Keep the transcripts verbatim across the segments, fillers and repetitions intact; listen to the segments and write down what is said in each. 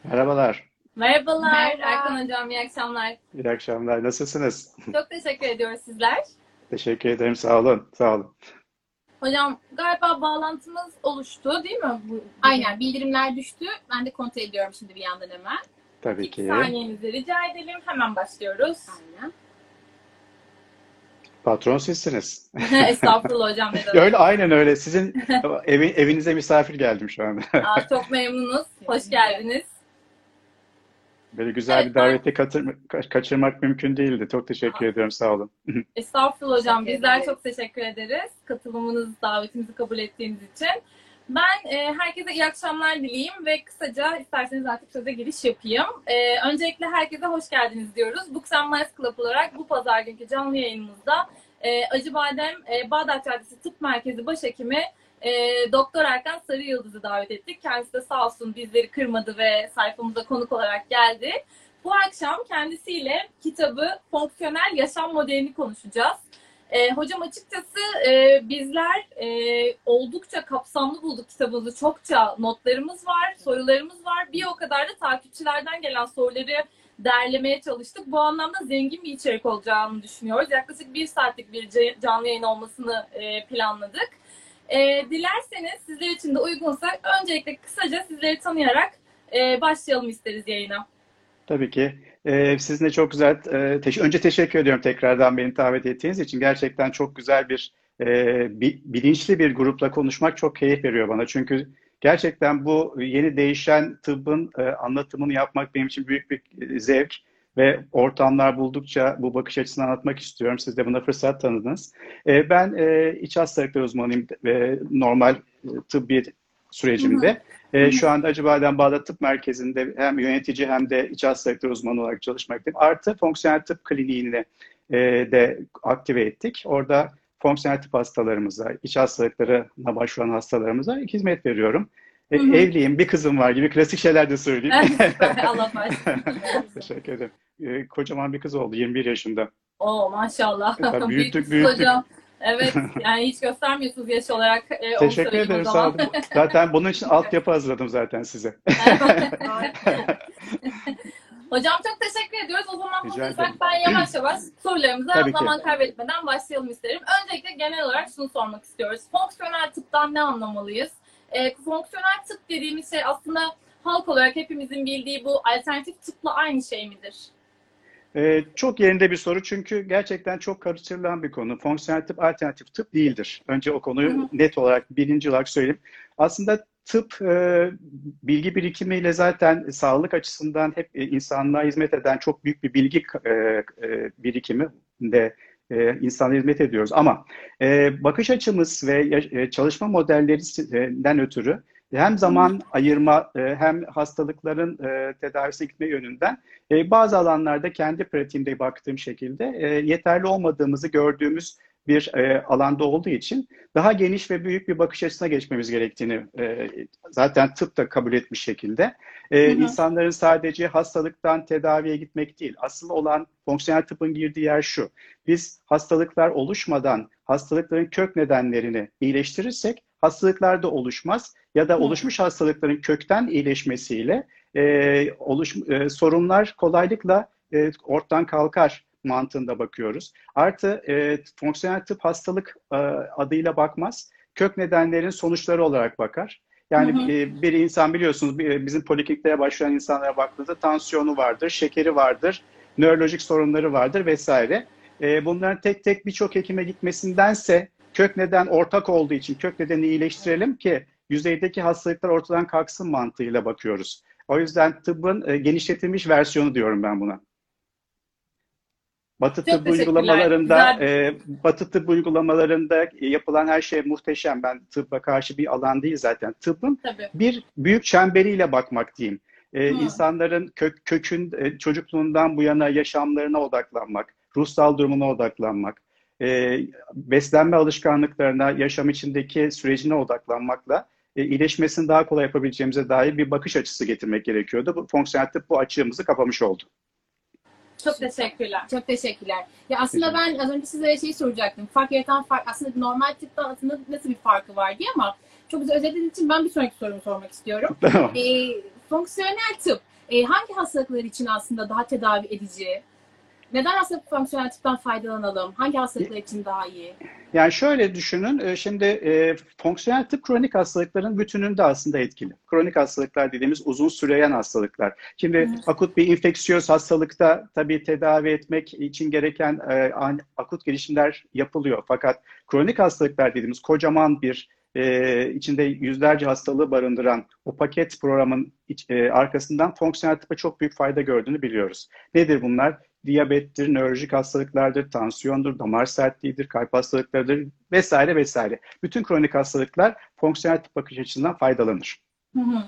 Merhabalar, Merhabalar Merhaba. Erkan Hocam, iyi akşamlar. iyi akşamlar. Nasılsınız? Çok teşekkür ediyoruz sizler. Teşekkür ederim, sağ olun, sağ olun. Hocam galiba bağlantımız oluştu değil mi? Bu, Aynen, bildirimler düştü. Ben de kontrol ediyorum şimdi bir yandan hemen. Tabii İki ki. saniyenizi rica edelim. Hemen başlıyoruz. Aynen. Patron sizsiniz. Estağfurullah hocam. Ne demek. Öyle, aynen öyle. Sizin evi, evinize misafir geldim şu anda. Aa, çok memnunuz. Hoş geldiniz. Böyle güzel Evet, bir daveti katır- ka- kaçırmak mümkün değildi. Çok teşekkür ediyorum, sağ olun. Estağfurullah hocam. Teşekkür Bizler ederiz. çok teşekkür ederiz. Katılımınız, davetimizi kabul ettiğiniz için. Ben e, herkese iyi akşamlar dileyeyim ve kısaca isterseniz artık söze giriş yapayım. E, öncelikle herkese hoş geldiniz diyoruz. Books and Minds Club olarak bu pazar günkü canlı yayınımızda e, Acıbadem e, Bağdat Caddesi Tıp Merkezi Başhekimi e, Doktor Erkan Sarıyıldız'ı davet ettik. Kendisi de sağ olsun bizleri kırmadı ve sayfamıza konuk olarak geldi. Bu akşam kendisiyle kitabı Fonksiyonel Yaşam Modelini konuşacağız. E, hocam açıkçası e, bizler e, oldukça kapsamlı bulduk kitabımızı. Çokça notlarımız var, sorularımız var. Bir o kadar da takipçilerden gelen soruları derlemeye çalıştık. Bu anlamda zengin bir içerik olacağını düşünüyoruz. Yaklaşık bir saatlik bir canlı yayın olmasını e, planladık. E, dilerseniz sizler için de uygunsa öncelikle kısaca sizleri tanıyarak e, başlayalım isteriz yayına. Tabii ki. Ee, sizin de çok güzel, e, teş- önce teşekkür ediyorum tekrardan beni davet ettiğiniz için. Gerçekten çok güzel bir, e, bi- bilinçli bir grupla konuşmak çok keyif veriyor bana. Çünkü gerçekten bu yeni değişen tıbbın e, anlatımını yapmak benim için büyük bir e, zevk ve ortamlar buldukça bu bakış açısını anlatmak istiyorum. Siz de buna fırsat tanıdınız. E, ben e, iç hastalıkları uzmanıyım ve normal e, tıbbi sürecimde. E, şu anda Acıbadem Bağdat Tıp Merkezi'nde hem yönetici hem de iç hastalıkları uzmanı olarak çalışmaktayım. Artı fonksiyonel tıp kliniğini e, de aktive ettik. Orada fonksiyonel tıp hastalarımıza, iç hastalıklarına başvuran hastalarımıza hizmet veriyorum. E, Hı hı. evliyim, bir kızım var gibi klasik şeyler de söyleyeyim. Allah başlasın. Teşekkür ederim. E, kocaman bir kız oldu, yirmi bir yaşında. Oo maşallah. E, tabii büyüttük, Büyüksünüz büyüttük. hocam. Evet, yani hiç göstermiyorsunuz yaş olarak. E, onu Teşekkür söyleyeyim o ederim, sağ zaman. olun. Zaten bunun için altyapı hazırladım zaten size. Hocam çok teşekkür ediyoruz. O zaman Rica hazırsak ederim. ben yavaş yavaş sorularımıza Tabii ki. zaman kaybetmeden başlayalım isterim. Öncelikle genel olarak şunu sormak istiyoruz. Fonksiyonel tıptan ne anlamalıyız? E, fonksiyonel tıp dediğimiz şey aslında halk olarak hepimizin bildiği bu alternatif tıpla aynı şey midir? Ee, çok yerinde bir soru çünkü gerçekten çok karıştırılan bir konu. Fonksiyonel tıp alternatif tıp değildir. Önce o konuyu Hı hı. net olarak, birinci olarak söyleyeyim. Aslında tıp e, bilgi birikimiyle zaten sağlık açısından hep e, insanlığa hizmet eden çok büyük bir bilgi e, e, birikimi de e, insanlara hizmet ediyoruz. Ama e, bakış açımız ve yaş- e, çalışma modellerinden ötürü hem zaman ayırma e, hem hastalıkların e, tedavisine gitme yönünden e, bazı alanlarda kendi pratiğimde baktığım şekilde e, yeterli olmadığımızı gördüğümüz bir e, alanda olduğu için daha geniş ve büyük bir bakış açısına geçmemiz gerektiğini e, zaten tıp da kabul etmiş şekilde. E, Hı hı. insanların sadece hastalıktan tedaviye gitmek değil. Asıl olan fonksiyonel tıbbın girdiği yer şu. Biz hastalıklar oluşmadan hastalıkların kök nedenlerini iyileştirirsek hastalıklar da oluşmaz ya da oluşmuş hastalıkların kökten iyileşmesiyle e, oluş, e, sorunlar kolaylıkla e, ortadan kalkar mantığında bakıyoruz. Artı e, fonksiyonel tıp hastalık e, adıyla bakmaz. Kök nedenlerin sonuçları olarak bakar. Yani Hı hı. e, bir insan biliyorsunuz bir- bizim polikliniklere başlayan insanlara baktığınızda tansiyonu vardır, şekeri vardır, nörolojik sorunları vardır vesaire. E, bunların tek tek birçok hekime gitmesindense kök neden ortak olduğu için kök nedeni iyileştirelim ki yüzeydeki hastalıklar ortadan kalksın mantığıyla bakıyoruz. O yüzden tıbbın e, genişletilmiş versiyonu diyorum ben buna. Batı Çok tıp teşekkürler. uygulamalarında, Güzel. e, Batı tıp uygulamalarında yapılan her şey muhteşem. Ben tıbba karşı bir alan değil zaten. Tıbbın Tabii. bir büyük çemberiyle bakmak diyeyim. E, Hı. insanların kök, kökün e, çocukluğundan bu yana yaşamlarına odaklanmak, ruhsal durumuna odaklanmak, e, beslenme alışkanlıklarına, yaşam içindeki sürecine odaklanmakla e, iyileşmesini daha kolay yapabileceğimize dair bir bakış açısı getirmek gerekiyordu. Bu fonksiyonel tıp bu açığımızı kapamış oldu. Çok teşekkürler. Çok teşekkürler. Ya aslında ben az önce size şey soracaktım. Fark yaratan fark aslında normal tıptan aslında nasıl bir farkı var diye ama çok güzel özetlediğiniz için ben bir sonraki sorumu sormak istiyorum. Tamam. Ee, fonksiyonel tıp E, hangi hastalıklar için aslında daha tedavi edici? Neden aslında fonksiyonel tıptan faydalanalım? Hangi hastalıklar için daha iyi? Yani şöyle düşünün, e, şimdi e, fonksiyonel tıp kronik hastalıkların bütününde aslında etkili. Kronik hastalıklar dediğimiz uzun süreyen hastalıklar. Şimdi Evet. akut bir infeksiyöz hastalıkta tabii tedavi etmek için gereken e, akut girişimler yapılıyor. Fakat kronik hastalıklar dediğimiz kocaman bir e, içinde yüzlerce hastalığı barındıran o paket programın iç, e, arkasından fonksiyonel tıpa çok büyük fayda gördüğünü biliyoruz. Nedir bunlar? Diyabettir, nörolojik hastalıklardır, tansiyondur, damar sertliğidir, kalp hastalıklarıdır vesaire vesaire. Bütün kronik hastalıklar fonksiyonel tıp bakış açısından faydalanır. Hı hı.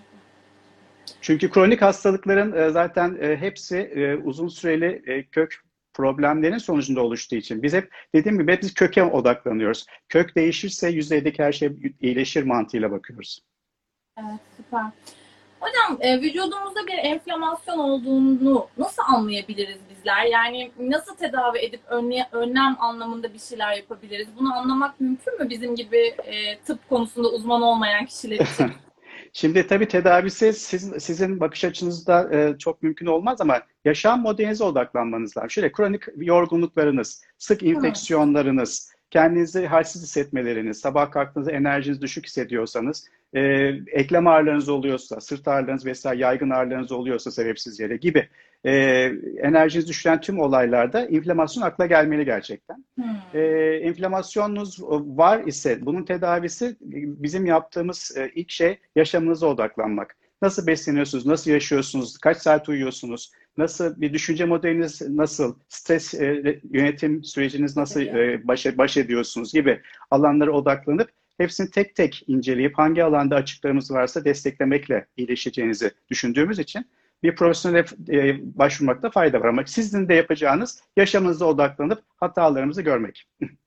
Çünkü kronik hastalıkların zaten hepsi uzun süreli kök problemlerin sonucunda oluştuğu için biz hep dediğim gibi hep biz köke odaklanıyoruz. Kök değişirse yüzeydeki her şey iyileşir mantığıyla bakıyoruz. Evet, süper. Hocam e, vücudumuzda bir enflamasyon olduğunu nasıl anlayabiliriz bizler? Yani nasıl tedavi edip önle, önlem anlamında bir şeyler yapabiliriz? Bunu anlamak mümkün mü bizim gibi e, tıp konusunda uzman olmayan kişiler için? Şimdi tabii tedavisi siz, sizin bakış açınızda e, çok mümkün olmaz ama yaşam modelinize odaklanmanız lazım. Şöyle kronik yorgunluklarınız, sık enfeksiyonlarınız, kendinizi halsiz hissetmeleriniz, sabah kalktığınızda enerjiniz düşük hissediyorsanız, e, eklem ağrılarınız oluyorsa, sırt ağrılarınız vesaire yaygın ağrılarınız oluyorsa sebepsiz yere gibi e, enerjiniz düşen tüm olaylarda inflamasyon akla gelmeli gerçekten. Hmm. E, enflamasyonunuz var ise bunun tedavisi bizim yaptığımız e, ilk şey yaşamınıza odaklanmak. Nasıl besleniyorsunuz, nasıl yaşıyorsunuz, kaç saat uyuyorsunuz, nasıl bir düşünce modeliniz nasıl, stres e, yönetim süreciniz nasıl e, baş, baş ediyorsunuz gibi alanlara odaklanıp hepsini tek tek inceleyip hangi alanda açıklarımız varsa desteklemekle iyileşeceğinizi düşündüğümüz için bir profesyonele e, başvurmakta fayda var. Ama sizin de yapacağınız yaşamınıza odaklanıp hatalarımızı görmek.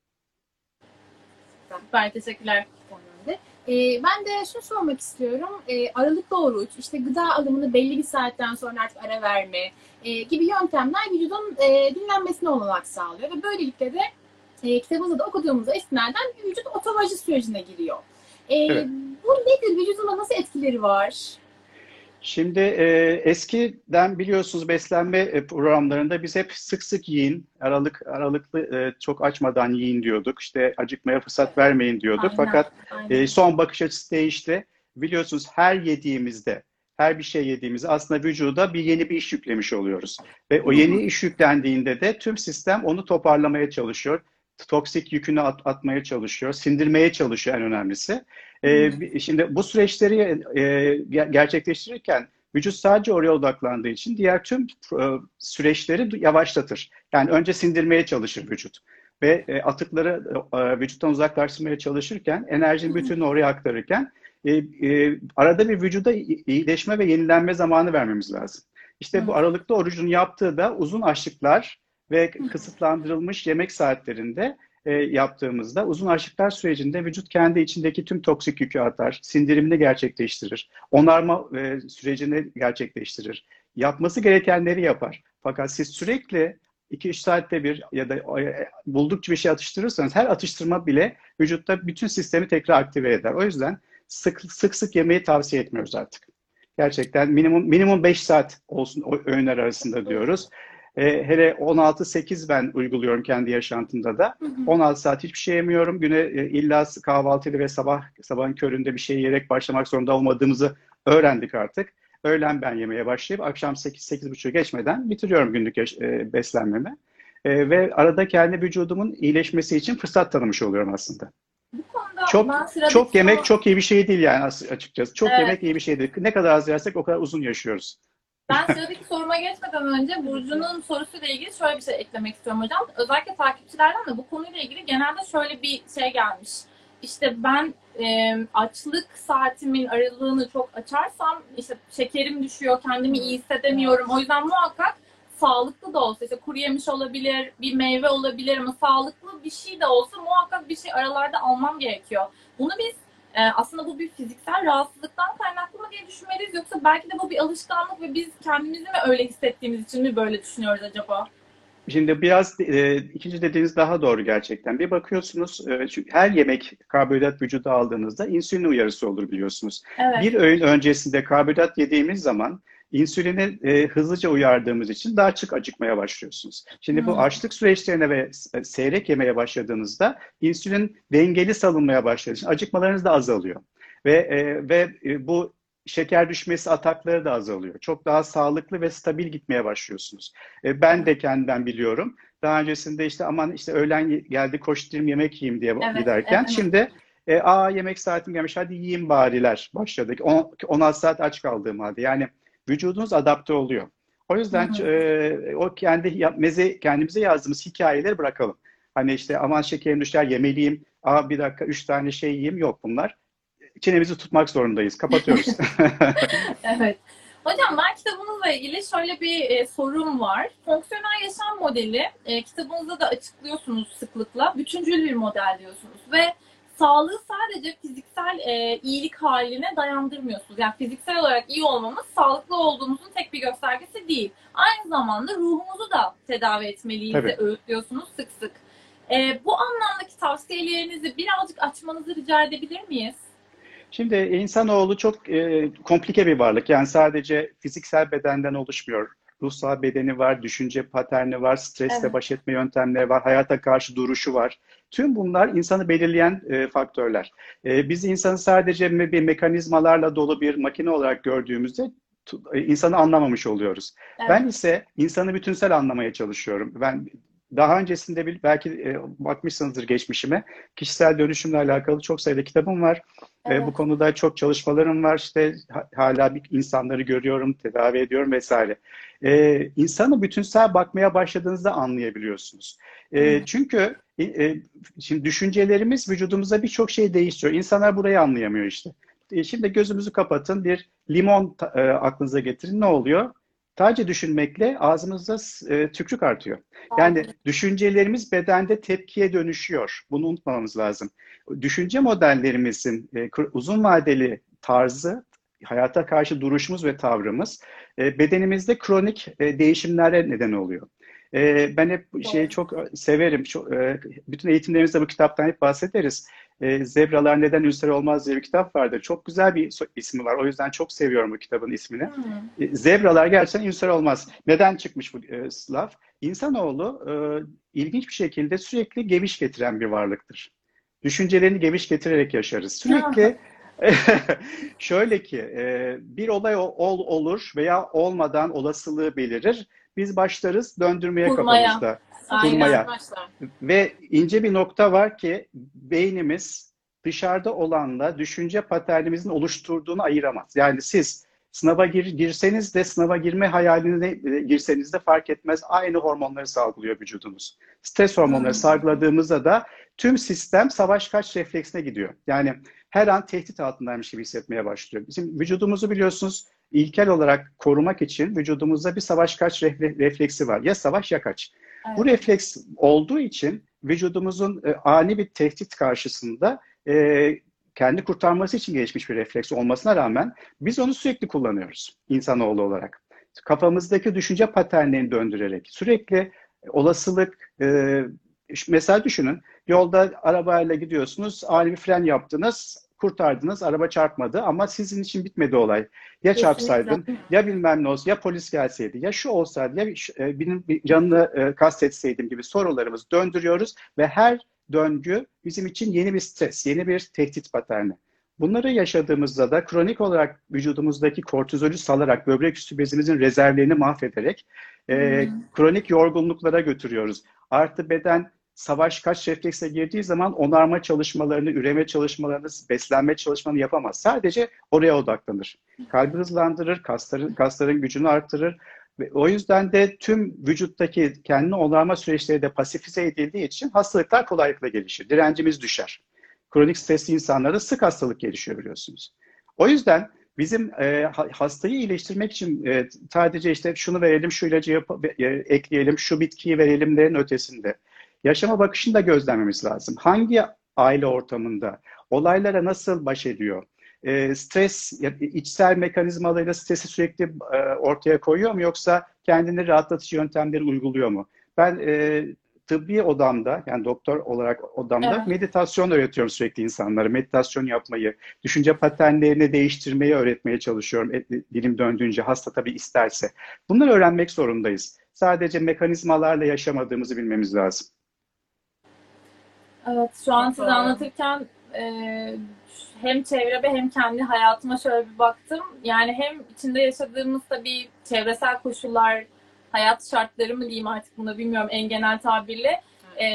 Süper, teşekkürler. Ee, ben de şunu sormak istiyorum. Ee, aralıklı oruç, işte gıda alımını belli bir saatten sonra artık ara verme e, gibi yöntemler vücudun e, dinlenmesine olanak sağlıyor. Ve böylelikle de e, kitabımızda da okuduğumuz esnaden vücut otofaji sürecine giriyor. E, Evet. Bu nedir? Vücuduna nasıl etkileri var? Şimdi e, eskiden biliyorsunuz beslenme programlarında biz hep sık sık yiyin, aralık aralıklı e, çok açmadan yiyin diyorduk. İşte acıkmaya fırsat vermeyin diyorduk. Aynen, Fakat aynen. e, son bakış açısı değişti. Biliyorsunuz her yediğimizde, her bir şey yediğimizde aslında vücuda bir yeni bir iş yüklemiş oluyoruz. Ve o yeni iş yüklendiğinde de tüm sistem onu toparlamaya çalışıyor. Toksik yükünü at, atmaya çalışıyor, sindirmeye çalışıyor en önemlisi. Ee, şimdi bu süreçleri e, gerçekleştirirken vücut sadece oraya odaklandığı için diğer tüm e, süreçleri yavaşlatır. Yani önce sindirmeye çalışır vücut. Ve e, atıkları e, vücuttan uzaklaştırmaya çalışırken, enerjinin bütününü oraya aktarırken e, e, arada bir vücuda iyileşme ve yenilenme zamanı vermemiz lazım. İşte bu aralıklı orucun yaptığı da uzun açlıklar ve kısıtlandırılmış yemek saatlerinde e, yaptığımızda uzun açlıklar sürecinde vücut kendi içindeki tüm toksik yükü atar, sindirimini gerçekleştirir, onarma e, sürecini gerçekleştirir. Yapması gerekenleri yapar. Fakat siz sürekli iki üç saatte bir ya da e, buldukça bir şey atıştırırsanız her atıştırma bile vücutta bütün sistemi tekrar aktive eder. O yüzden sık sık, sık yemeği tavsiye etmiyoruz artık. Gerçekten minimum minimum beş saat olsun o öğünler arasında diyoruz. E, hele on altı sekiz ben uyguluyorum kendi yaşantımda da. on altı saat hiçbir şey yemiyorum. Güne e, illa kahvaltıyla ve sabah sabahın köründe bir şey yiyerek başlamak zorunda olmadığımızı öğrendik artık. Öğlen ben yemeye başlayıp akşam sekiz sekiz buçuk geçmeden bitiriyorum günlük yaş- e, beslenmemi. E, ve arada kendi vücudumun iyileşmesi için fırsat tanımış oluyorum aslında. Bu konuda Çok ben sıradaki çok yemek soru- çok iyi bir şey değil yani açıkçası. Çok Evet. yemek iyi bir şey değil. Ne kadar az yersek o kadar uzun yaşıyoruz. Ben sıradaki soruma geçmeden önce Burcu'nun sorusuyla ilgili şöyle bir şey eklemek istiyorum hocam. Özellikle takipçilerden de bu konuyla ilgili genelde şöyle bir şey gelmiş. İşte ben e, açlık saatimin aralığını çok açarsam işte şekerim düşüyor, kendimi iyi hissedemiyorum. O yüzden muhakkak sağlıklı da olsa işte kuru yemiş olabilir, bir meyve olabilir ama sağlıklı bir şey de olsa muhakkak bir şey aralarda almam gerekiyor. Bunu biz e, aslında bu bir fiziksel rahatsızlıktan kaynaklı mı diye düşünmeliyiz yoksa belki de bu bir alışkanlık ve biz kendimizi mi öyle hissettiğimiz için mi böyle düşünüyoruz acaba? Şimdi biraz e, ikinci dediğiniz daha doğru gerçekten. Bir bakıyorsunuz e, çünkü her yemek karbonhidrat vücuda aldığınızda insülin uyarısı olur biliyorsunuz. Evet. Bir öğün öncesinde karbonhidrat yediğimiz zaman insülini e, hızlıca uyardığımız için daha çok acıkmaya başlıyorsunuz. Şimdi bu Hmm. açlık süreçlerine ve seyrek yemeye başladığınızda insülin dengeli salınmaya başladığı için acıkmalarınız da azalıyor. Ve e, ve e, bu şeker düşmesi atakları da azalıyor. Çok daha sağlıklı ve stabil gitmeye başlıyorsunuz. E, ben de kendimden biliyorum. Daha öncesinde işte aman işte öğlen geldi koşturayım yemek yiyeyim diye Evet, giderken evet. şimdi e, aa yemek saatim gelmiş hadi yiyeyim bariler başladık. on altı saat aç kaldığım halde. Yani vücudunuz adapte oluyor. O yüzden Hı hı. e, o kendi ya- meze, kendimize yazdığımız hikayeleri bırakalım. Hani işte aman şekerim düşer yemeliyim. Aa bir dakika üç tane şey yiyeyim. Yok bunlar. Çenemizi tutmak zorundayız. Kapatıyoruz. Evet. Hocam ben kitabınızla ilgili şöyle bir e, sorum var. Fonksiyonel yaşam modeli e, kitabınızda da açıklıyorsunuz sıklıkla. Bütüncül bir model diyorsunuz ve sağlığı sadece fiziksel e, iyilik haline dayandırmıyorsunuz. Yani fiziksel olarak iyi olmamız sağlıklı olduğumuzun tek bir göstergesi değil. Aynı zamanda ruhumuzu da tedavi etmeliyiz de Tabii. öğütlüyorsunuz sık sık. E, bu anlamdaki tavsiyelerinizi birazcık açmanızı rica edebilir miyiz? Şimdi insanoğlu çok e, komplike bir varlık. Yani sadece fiziksel bedenden oluşmuyor. Ruhsal bedeni var, düşünce paterni var, stresle Evet. baş etme yöntemleri var, hayata karşı duruşu var. Tüm bunlar insanı belirleyen e, faktörler. E, biz insanı sadece me- bir mekanizmalarla dolu bir makine olarak gördüğümüzde tu- e, insanı anlamamış oluyoruz. Ben Evet. ise insanı bütünsel anlamaya çalışıyorum. Ben daha öncesinde bir, belki e, bakmışsınızdır geçmişime, kişisel dönüşümle alakalı çok sayıda kitabım var. E, bu Evet. konuda çok çalışmalarım var. İşte ha- hala bir insanları görüyorum, tedavi ediyorum vesaire. E, insanı bütünsel bakmaya başladığınızda anlayabiliyorsunuz. E, Hı. çünkü e, e, şimdi düşüncelerimiz vücudumuzda birçok şey değiştiriyor. İnsanlar burayı anlayamıyor işte. E, şimdi gözümüzü kapatın, bir limon ta- e, aklınıza getirin. Ne oluyor? Sadece düşünmekle ağzımızda e, tükrük artıyor. Yani Algı. düşüncelerimiz bedende tepkiye dönüşüyor. Bunu unutmamamız lazım. Düşünce modellerimizin e, uzun vadeli tarzı, hayata karşı duruşumuz ve tavrımız e, bedenimizde kronik e, değişimlere neden oluyor. E, ben hep bu şeyi Doğru. çok severim. Çok, e, bütün eğitimlerimizde bu kitaptan hep bahsederiz. E, Zebralar Neden Ülser Olmaz diye bir kitap vardır. Çok güzel bir so- ismi var. O yüzden çok seviyorum bu kitabın ismini. Hı. E, Zebralar gerçekten ülser olmaz. Neden çıkmış bu e, laf? İnsanoğlu e, ilginç bir şekilde sürekli geviş getiren bir varlıktır. Düşüncelerini geviş getirerek yaşarız. Ya, Sürekli şöyle ki e, bir olay ol, olur veya olmadan olasılığı belirir. Biz başlarız döndürmeye kurmaya. kafamızda, Aynen. Düşüncesi kurmaya. başlar. Ve ince bir nokta var ki beynimiz dışarıda olanla düşünce paternimizin oluşturduğunu ayıramaz. Yani siz sınava gir, girseniz de sınava girme hayaline e, girseniz de fark etmez. Aynı hormonları salgılıyor vücudunuz. Stres hormonları Hı. salgıladığımızda da tüm sistem savaş kaç refleksine gidiyor. Yani her an tehdit altındaymış gibi hissetmeye başlıyor. Bizim vücudumuzu biliyorsunuz ilkel olarak korumak için vücudumuzda bir savaş kaç refleksi var. Ya savaş ya kaç. Bu Evet. refleks olduğu için vücudumuzun e, ani bir tehdit karşısında e, kendi kurtarması için gelişmiş bir refleks olmasına rağmen biz onu sürekli kullanıyoruz insanoğlu olarak. Kafamızdaki düşünce paternlerini döndürerek sürekli olasılık e, mesela düşünün yolda arabayla gidiyorsunuz ani bir fren yaptınız kurtardınız araba çarpmadı ama sizin için bitmedi olay. Ya Kesinlikle. çarpsaydın ya bilmem ne olsun ya polis gelseydi ya şu olsaydı ya e, benim canını e, kastetseydim gibi sorularımızı döndürüyoruz ve her döngü bizim için yeni bir stres, yeni bir tehdit paterni. Bunları yaşadığımızda da kronik olarak vücudumuzdaki kortizolü salarak, böbrek üstü bezimizin rezervlerini mahvederek e, Hmm. kronik yorgunluklara götürüyoruz. Artı beden savaş kaç reflekse girdiği zaman onarma çalışmalarını, üreme çalışmalarını, beslenme çalışmalarını yapamaz. Sadece oraya odaklanır. Kalbi hızlandırır, kasların, kasların gücünü arttırır. Ve o yüzden de tüm vücuttaki kendini onarma süreçleri de pasifize edildiği için hastalıklar kolaylıkla gelişir. Direncimiz düşer. Kronik stresli insanlarda sık hastalık gelişiyor biliyorsunuz. O yüzden bizim e, hastayı iyileştirmek için e, sadece işte şunu verelim, şu ilacı yap e, ekleyelim, şu bitkiyi verelimlerin ötesinde. Yaşama bakışını da gözlememiz lazım. Hangi aile ortamında olaylara nasıl baş ediyor? E, stres, içsel mekanizmalarıyla stresi sürekli e, ortaya koyuyor mu yoksa kendini rahatlatıcı yöntemleri uyguluyor mu? Ben e, tıbbi odamda, yani doktor olarak odamda Evet. meditasyon öğretiyorum sürekli insanlara. Meditasyon yapmayı, düşünce paternlerini değiştirmeyi öğretmeye çalışıyorum. E, dilim döndüğünce, hasta tabii isterse. Bunları öğrenmek zorundayız. Sadece mekanizmalarla yaşamadığımızı bilmemiz lazım. Evet, şu an Çok size doğru. anlatırken e, hem çevreme hem kendi hayatıma şöyle bir baktım. Yani hem içinde yaşadığımız tabii çevresel koşullar, hayat şartları mı diyeyim artık buna bilmiyorum en genel tabirle. E,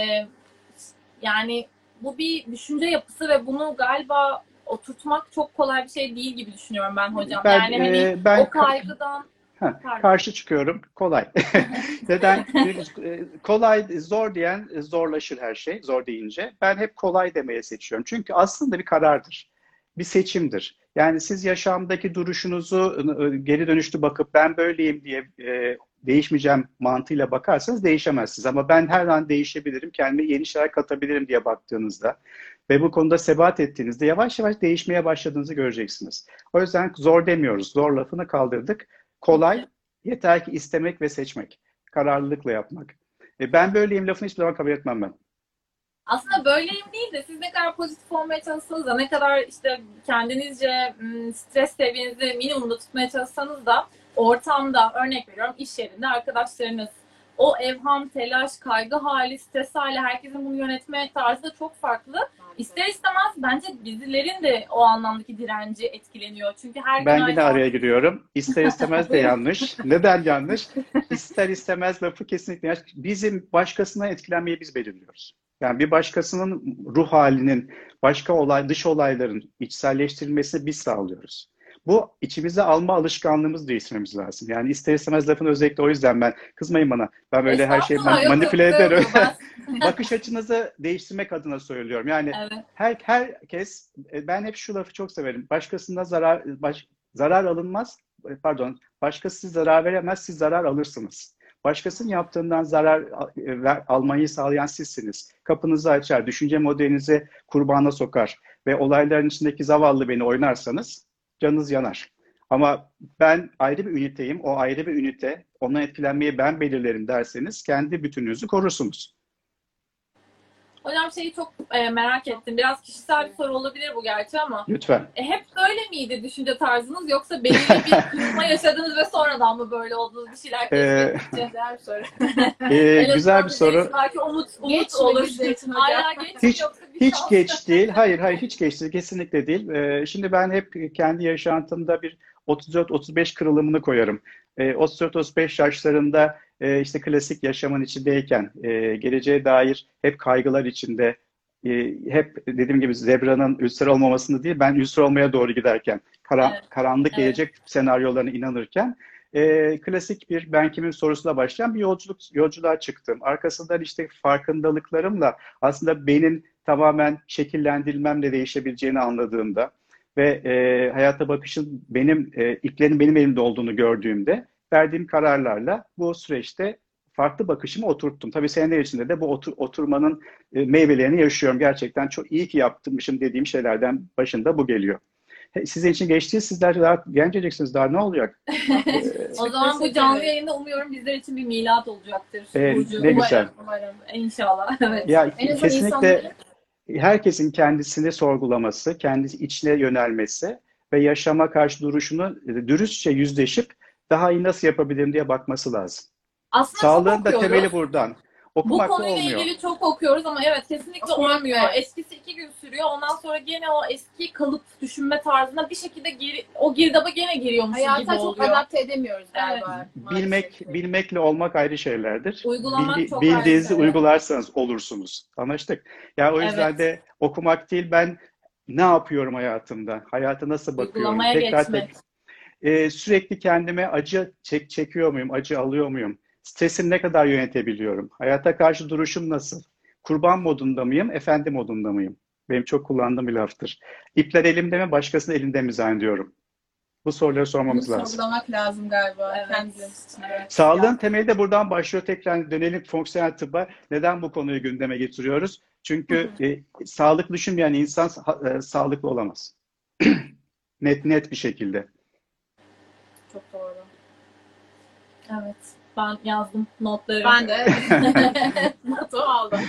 yani bu bir düşünce yapısı ve bunu galiba oturtmak çok kolay bir şey değil gibi düşünüyorum ben hocam. Ben Yani hani e, ben o kaygıdan, Heh, pardon. karşı çıkıyorum. Kolay. Neden? E, Kolay, zor diyen e, zorlaşır her şey. Zor deyince. Ben hep kolay demeye seçiyorum. Çünkü aslında bir karardır. Bir seçimdir. Yani siz yaşamdaki duruşunuzu e, geri dönüşlü bakıp ben böyleyim diye e, değişmeyeceğim mantığıyla bakarsanız değişemezsiniz. Ama ben her an değişebilirim, kendime yeni şeyler katabilirim diye baktığınızda ve bu konuda sebat ettiğinizde yavaş yavaş değişmeye başladığınızı göreceksiniz. O yüzden zor demiyoruz. Zor lafını kaldırdık. Kolay, yeter ki istemek ve seçmek. Kararlılıkla yapmak. E, ben böyleyim lafını hiçbir zaman kabul etmem ben. Aslında böyleyim değil de siz ne kadar pozitif olmaya çalışsanız da ne kadar işte kendinizce m, stres seviyenizi minimumda tutmaya çalışsanız da ortamda örnek veriyorum iş yerinde arkadaşlarınız o evham, telaş, kaygı hali, stres hali herkesin bunu yönetme tarzı da çok farklı. İster istemez bence bizlerin de o anlamdaki direnci etkileniyor. Çünkü her gün Ben aynı yine araya giriyorum. İster istemez de yanlış. Neden yanlış? İster istemez lafı kesinlikle yanlış. Bizim başkasından etkilenmeyi biz belirliyoruz. Yani bir başkasının ruh halinin, başka olay, dış olayların içselleştirilmesini biz sağlıyoruz. Bu içimize alma alışkanlığımızı değiştirmemiz lazım. Yani ister istemez lafın özellikle o yüzden ben, kızmayın bana, ben böyle her şeyi estağfurullah, man- yok yok manipüle güzel ederim. oldu ben. Bakış açınızı değiştirmek adına söylüyorum. Yani Evet. her herkes, e, ben hep şu lafı çok severim. Başkasına zarar baş, zarar alınmaz. e, Pardon, başkası size zarar veremez, siz zarar alırsınız. Başkasının yaptığından zarar e, ver- almayı sağlayan sizsiniz. Kapınızı açar, düşünce modelinizi kurbana sokar ve olayların içindeki zavallı beni oynarsanız canınız yanar. Ama ben ayrı bir üniteyim, o ayrı bir ünite, ondan etkilenmeyi ben belirlerim derseniz kendi bütününüzü korursunuz. Hocam şeyi çok e, merak ettim. Biraz kişisel bir soru olabilir bu gerçi ama Lütfen. e, hep böyle miydi düşünce tarzınız yoksa belirli bir kırılma yaşadınız ve sonradan mı böyle oldunuz bir şeyler Ee, keşfettikçe? Güzel bir soru. Ee, En güzel azından bir bizler için soru. belki umut, umut Geç mi olur. bizler için hocam? Hala geç mi Hiç yoksa bir hiç şans? geç değil. Hayır, hayır hiç geç değil. Kesinlikle değil. Ee, şimdi ben hep kendi yaşantımda bir otuz dört otuz beş kırılımını koyarım. Ee, otuz dört otuz beş yaşlarında e, işte klasik yaşamın içindeyken e, geleceğe dair hep kaygılar içinde e, hep dediğim gibi zebranın ülser olmamasını değil ben ülser olmaya doğru giderken kara- Evet, karanlık evet, gelecek senaryolarına inanırken e, klasik bir ben kimim sorusuyla başlayan bir yolculuk yolculuğa çıktım. Arkasından işte farkındalıklarımla aslında benim tamamen şekillendirilmemle değişebileceğini anladığımda ve e, hayata bakışın benim e, iplerin benim elimde olduğunu gördüğümde verdiğim kararlarla bu süreçte farklı bakışımı oturttum. Tabii seneler içinde de bu otur, oturmanın e, meyvelerini yaşıyorum. Gerçekten çok iyi ki yaptırmışım dediğim şeylerden başında bu geliyor. He, sizin için geçti, sizler daha genceciksiniz. Daha ne olacak? Ee, o zaman bu canlı yayında umuyorum bizler için bir milat olacaktır e, Burcu. ne Umarım, güzel. umarım. İnşallah. Evet. Ya En azından kesinlikle insanların herkesin kendisini sorgulaması, kendi içine yönelmesi ve yaşama karşı duruşunu e, dürüstçe yüzleşip daha iyi nasıl yapabilirim diye bakması lazım. Aslında çok Sağlığın da temeli okuyoruz. buradan. Bu Okumakla konuyla olmuyor. ilgili çok okuyoruz ama evet kesinlikle Okumak, olmuyor. evet. Eskisi iki gün sürüyor. Ondan sonra gene o eski kalıp düşünme tarzına bir şekilde geri, o girdaba gene giriyormuşuz gibi hayata çok oluyor. adapte edemiyoruz galiba. Bilmek, Maalesef. bilmekle olmak ayrı şeylerdir. Uygulamak Bildi, çok bildiğinizi ayrı. uygularsanız olursunuz. Anlaştık. Ya o yüzden Evet. de okumak değil ben ne yapıyorum hayatımda? Hayata nasıl bakıyorum? Uygulamaya Tekrar geçmek. tek Ee, sürekli kendime acı çek, çekiyor muyum? Acı alıyor muyum? Stresimi ne kadar yönetebiliyorum? Hayata karşı duruşum nasıl? Kurban modunda mıyım? Efendi modunda mıyım? Benim çok kullandığım bir laftır. İpler elimde mi? Başkasının elinde mi zannediyorum? Bu soruları Bunu sormamız lazım. sorgulamak lazım galiba. Evet. Kendimiz için. Evet. Sağlığın temeli de buradan başlıyor. Tekrar dönelim fonksiyonel tıbba. Neden bu konuyu gündeme getiriyoruz? Çünkü e, sağlık düşünmeyen insan e, sağlıklı olamaz. Net net bir şekilde. Çok doğru. Evet. Ben yazdım notları. Ben de notu aldım.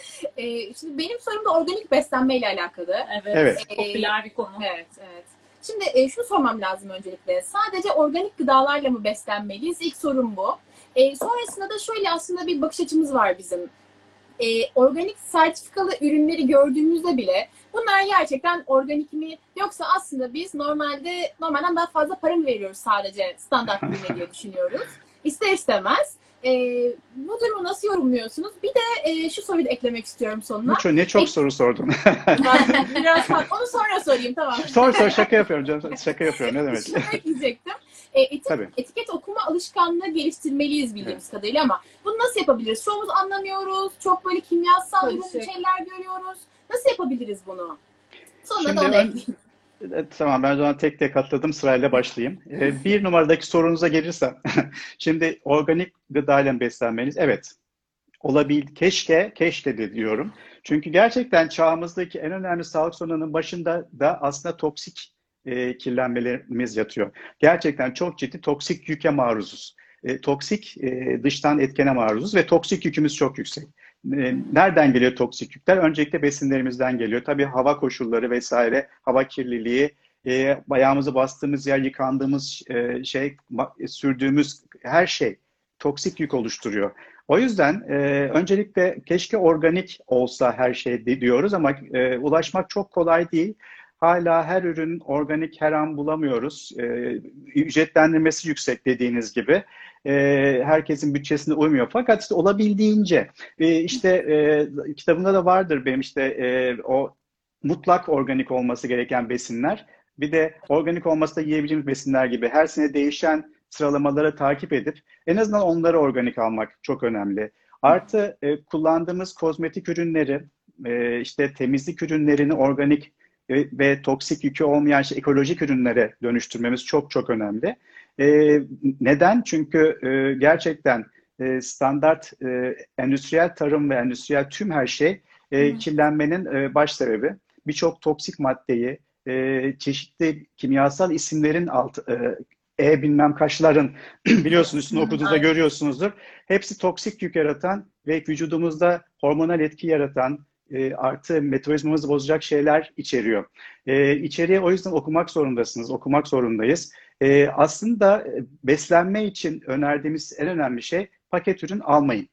Ee, şimdi benim sorum da organik beslenme ile alakalı. Evet, Evet. popüler bir konu. Evet, evet. Şimdi e, şunu sormam lazım öncelikle. Sadece organik gıdalarla mı beslenmeliyiz? İlk sorum bu. E, sonrasında da şöyle aslında bir bakış açımız var bizim. E, organik sertifikalı ürünleri gördüğümüzde bile bunlar gerçekten organik mi? Yoksa aslında biz normalde normalden daha fazla para mı veriyoruz sadece standart ürüne diye düşünüyoruz. İster istemez. E, bu durumu nasıl yorumluyorsunuz? Bir de e, şu soruyu da eklemek istiyorum sonuna. Ne çok, ne çok Ek- soru sordun. Ben biraz onu sonra sorayım, tamam. Sor sor, şaka yapıyorum canım. Şaka yapıyorum, ne demek. Şunu ekleyecektim. E, etik, Tabii. etiket okuma alışkanlığı geliştirmeliyiz bildiğimiz evet. kadarıyla ama bunu nasıl yapabiliriz? Çoğumuz anlamıyoruz. Çok böyle kimyasal ürün şeyler görüyoruz. Nasıl yapabiliriz bunu? Sonra Şimdi da onu ön- ekleyeyim. Evet, tamam, ben o zaman tek tek atladım, sırayla başlayayım. Ee, bir numaradaki sorunuza gelirsem, şimdi organik gıdayla beslenmeniz, evet, olabil, keşke, keşke de diyorum. Çünkü gerçekten çağımızdaki en önemli sağlık sorununun başında da aslında toksik e, kirlenmelerimiz yatıyor. Gerçekten çok ciddi toksik yüke maruzuz. E, toksik e, dıştan etkene maruzuz ve toksik yükümüz çok yüksek. E, nereden geliyor toksik yükler? Öncelikle besinlerimizden geliyor. Tabii hava koşulları vesaire, hava kirliliği, e, ayağımızı bastığımız yer, yıkandığımız e, şey, sürdüğümüz her şey toksik yük oluşturuyor. O yüzden e, öncelikle keşke organik olsa her şey diyoruz ama e, ulaşmak çok kolay değil. Hala her ürün organik her an bulamıyoruz. E, ücretlendirmesi yüksek dediğiniz gibi. E, herkesin bütçesine uymuyor. Fakat işte olabildiğince e, işte e, kitabımda da vardır benim işte e, o mutlak organik olması gereken besinler. Bir de organik olması da yiyebileceğimiz besinler gibi her sene değişen sıralamaları takip edip en azından onları organik almak çok önemli. Artı e, kullandığımız kozmetik ürünleri, e, işte temizlik ürünlerini organik e, ve toksik yükü olmayan şey, ekolojik ürünlere dönüştürmemiz çok çok önemli. E, neden? Çünkü e, gerçekten e, standart e, endüstriyel tarım ve endüstriyel tüm her şey e, kirlenmenin e, baş sebebi. Birçok toksik maddeyi, e, çeşitli kimyasal isimlerin alt, e, E bilmem kaçların biliyorsunuz üstünde okuduğunuzda görüyorsunuzdur. Hepsi toksik yük yaratan ve vücudumuzda hormonal etki yaratan e, artı metabolizmamızı bozacak şeyler içeriyor. E, içeriye o yüzden okumak zorundasınız, okumak zorundayız. E, aslında beslenme için önerdiğimiz en önemli şey paket ürün almayın.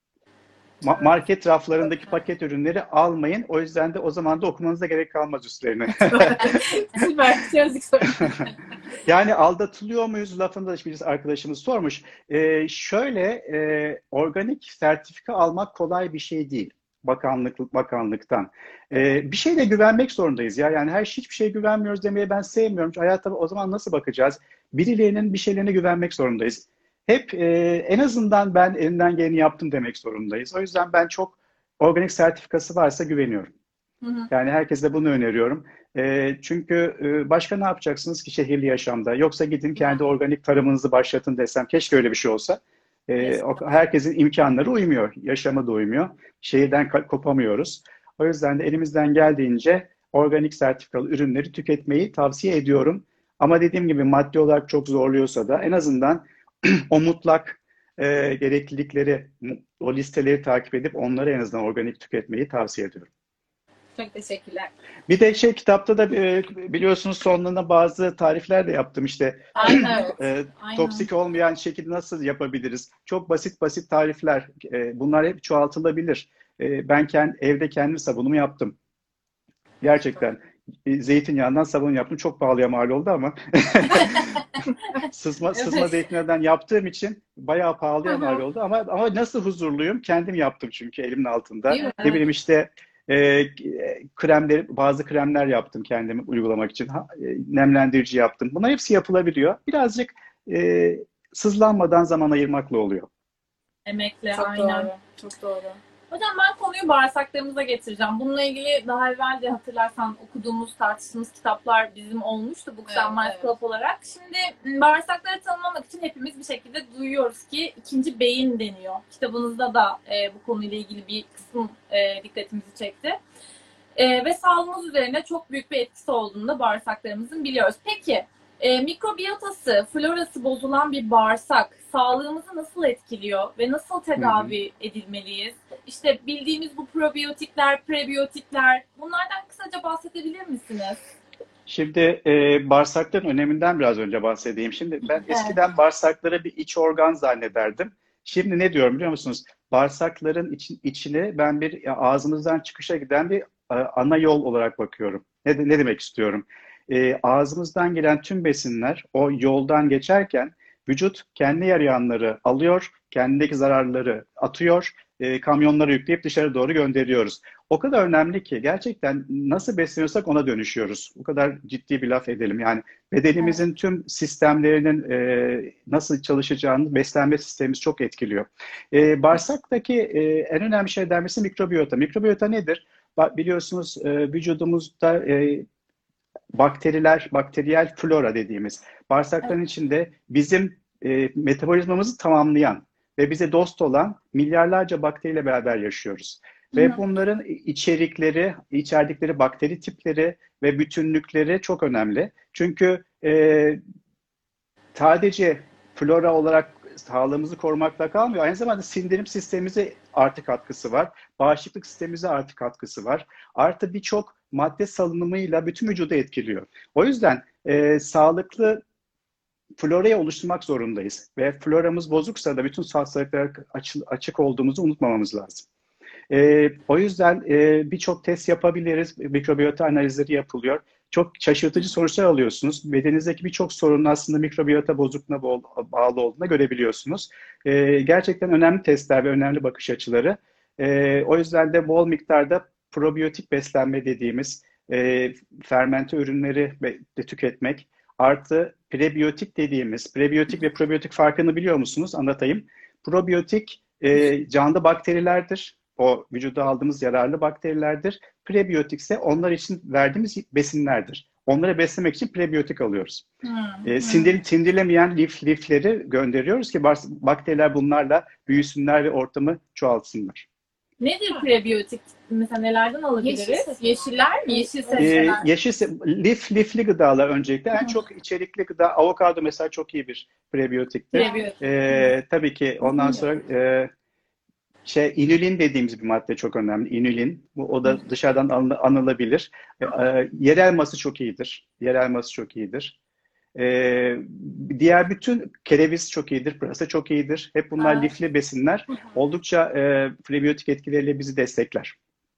Ma- market raflarındaki paket ürünleri almayın. O yüzden de o zaman da okumanıza gerek kalmaz üstlerine. Süper. Çözdük soruyu. Yani aldatılıyor muyuz lafında bir arkadaşımız sormuş. Ee, şöyle e, organik sertifika almak kolay bir şey değil. Bakanlık bakanlıktan. Ee, bir şeyle güvenmek zorundayız ya. Yani her şey hiçbir şeye güvenmiyoruz demeye ben sevmiyorum. Hayata o zaman nasıl bakacağız? Birilerinin bir şeylerine güvenmek zorundayız. Hep e, en azından ben elimden geleni yaptım demek zorundayız. O yüzden ben çok organik sertifikası varsa güveniyorum. Hı hı. Yani herkese bunu öneriyorum. E, çünkü e, başka ne yapacaksınız ki şehirli yaşamda? Yoksa gidin kendi organik tarımınızı başlatın desem. Keşke öyle bir şey olsa. E, o- herkesin imkanları uymuyor. Yaşamı da uymuyor. Şehirden ka- kopamıyoruz. O yüzden de elimizden geldiğince organik sertifikalı ürünleri tüketmeyi tavsiye ediyorum. Ama dediğim gibi maddi olarak çok zorluyorsa da en azından o mutlak e, gereklilikleri, o listeleri takip edip onları en azından organik tüketmeyi tavsiye ediyorum. Çok teşekkürler. Bir de şey kitapta da e, biliyorsunuz sonlarına bazı tarifler de yaptım işte. Aynen. E, Aynen. toksik olmayan şekilde nasıl yapabiliriz? Çok basit basit tarifler. E, bunlar hep çoğaltılabilir. E, ben kendi, evde kendim sabunumu yaptım. Gerçekten. E, zeytinyağından sabun yaptım. Çok pahalıya mal oldu ama sızma sızma Evet. zeytinyağından yaptığım için bayağı pahalıya Hı hı. mal oldu ama ama nasıl huzurluyum? Kendim yaptım çünkü elimin altında. Değil mi? Ne bileyim işte e, kremleri, bazı kremler yaptım kendimi uygulamak için. Ha, e, nemlendirici yaptım. Bunlar hepsi yapılabiliyor. Birazcık e, sızlanmadan zaman ayırmakla oluyor. Emekle, Çok aynen. doğru. Çok doğru. Hocam ben konuyu bağırsaklarımıza getireceğim. Bununla ilgili daha evvel de hatırlarsan okuduğumuz, tartıştığımız kitaplar bizim olmuştu Books and Evet, Minds evet. Club olarak. Şimdi bağırsakları tanımlamak için hepimiz bir şekilde duyuyoruz ki ikinci beyin deniyor. Kitabınızda da e, bu konuyla ilgili bir kısım e, dikkatimizi çekti. E, ve sağlığımız üzerine çok büyük bir etkisi olduğunu da bağırsaklarımızın biliyoruz. Peki E, mikrobiyotası, florası bozulan bir bağırsak sağlığımızı nasıl etkiliyor ve nasıl Hı hı. tedavi edilmeliyiz? İşte bildiğimiz bu probiyotikler, prebiyotikler, bunlardan kısaca bahsedebilir misiniz? Şimdi e, bağırsakların öneminden biraz önce bahsedeyim. Şimdi ben Evet. eskiden bağırsakları bir iç organ zannederdim. Şimdi ne diyorum biliyor musunuz? Bağırsakların için, içine ben bir ya, ağzımızdan çıkışa giden bir e, ana yol olarak bakıyorum. Ne, de- ne demek istiyorum? E, ağzımızdan gelen tüm besinler o yoldan geçerken vücut kendi yarayanları alıyor, kendindeki zararları atıyor, e, kamyonlara yükleyip dışarı doğru gönderiyoruz. O kadar önemli ki gerçekten nasıl besleniyorsak ona dönüşüyoruz. Bu kadar ciddi bir laf edelim. Yani Evet. bedenimizin tüm sistemlerinin e, nasıl çalışacağını beslenme sistemimiz çok etkiliyor. E, bağırsaktaki e, en önemli şeylerden birisi mikrobiyota. Mikrobiyota nedir? Ba- Biliyorsunuz e, vücudumuzda e, bakteriler, bakteriyel flora dediğimiz Evet. bağırsakların içinde bizim e, metabolizmamızı tamamlayan ve bize dost olan milyarlarca bakteriyle beraber yaşıyoruz. Hı Ve hı. bunların içerikleri, içerdikleri bakteri tipleri ve bütünlükleri çok önemli. Çünkü e, sadece flora olarak sağlığımızı korumakla kalmıyor. Aynı zamanda sindirim sistemimize artı katkısı var. Bağışıklık sistemimize artı katkısı var. Artı birçok madde salınımıyla bütün vücudu etkiliyor. O yüzden e, sağlıklı florayı oluşturmak zorundayız. Ve floramız bozuksa da bütün hastalıklara açık, açık olduğumuzu unutmamamız lazım. E, o yüzden e, birçok test yapabiliriz. Mikrobiyota analizleri yapılıyor. Çok şaşırtıcı sonuçlar alıyorsunuz. Bedeninizdeki birçok sorunun aslında mikrobiyota bozukluğuna bağlı olduğunu görebiliyorsunuz. E, gerçekten önemli testler ve önemli bakış açıları. E, o yüzden de bol miktarda probiyotik beslenme dediğimiz e, fermente ürünleri de tüketmek, artı prebiyotik dediğimiz, prebiyotik ve probiyotik farkını biliyor musunuz? Anlatayım. Probiyotik e, canlı bakterilerdir. O vücuda aldığımız yararlı bakterilerdir. Prebiyotik ise onlar için verdiğimiz besinlerdir. Onları beslemek için prebiyotik alıyoruz. Hı E, hı. sindir, sindirilemeyen lif, lifleri gönderiyoruz ki bakteriler bunlarla büyüsünler ve ortamı çoğaltsınlar. Nedir prebiyotik? Mesela nelerden Yeşil alabiliriz? sebzeler. Yeşiller mi? Yeşil E, Evet. sebzeler. yeşil, lif, lifli gıdalar öncelikle. En Hı. çok içerikli gıda, avokado mesela çok iyi bir prebiyotiktir. Prebiyotik. Hı. E, tabii ki ondan sonra Bilmiyorum. e, şey inülin dediğimiz bir madde çok önemli. İnülin. Bu o Hı. da dışarıdan anı- anılabilir. E, e, yerel ması çok iyidir. Yerel ması çok iyidir. E, diğer bütün kereviz çok iyidir. Pırasa çok iyidir. Hep bunlar Evet. lifli besinler. Hı. Oldukça e, prebiyotik etkileriyle bizi destekler.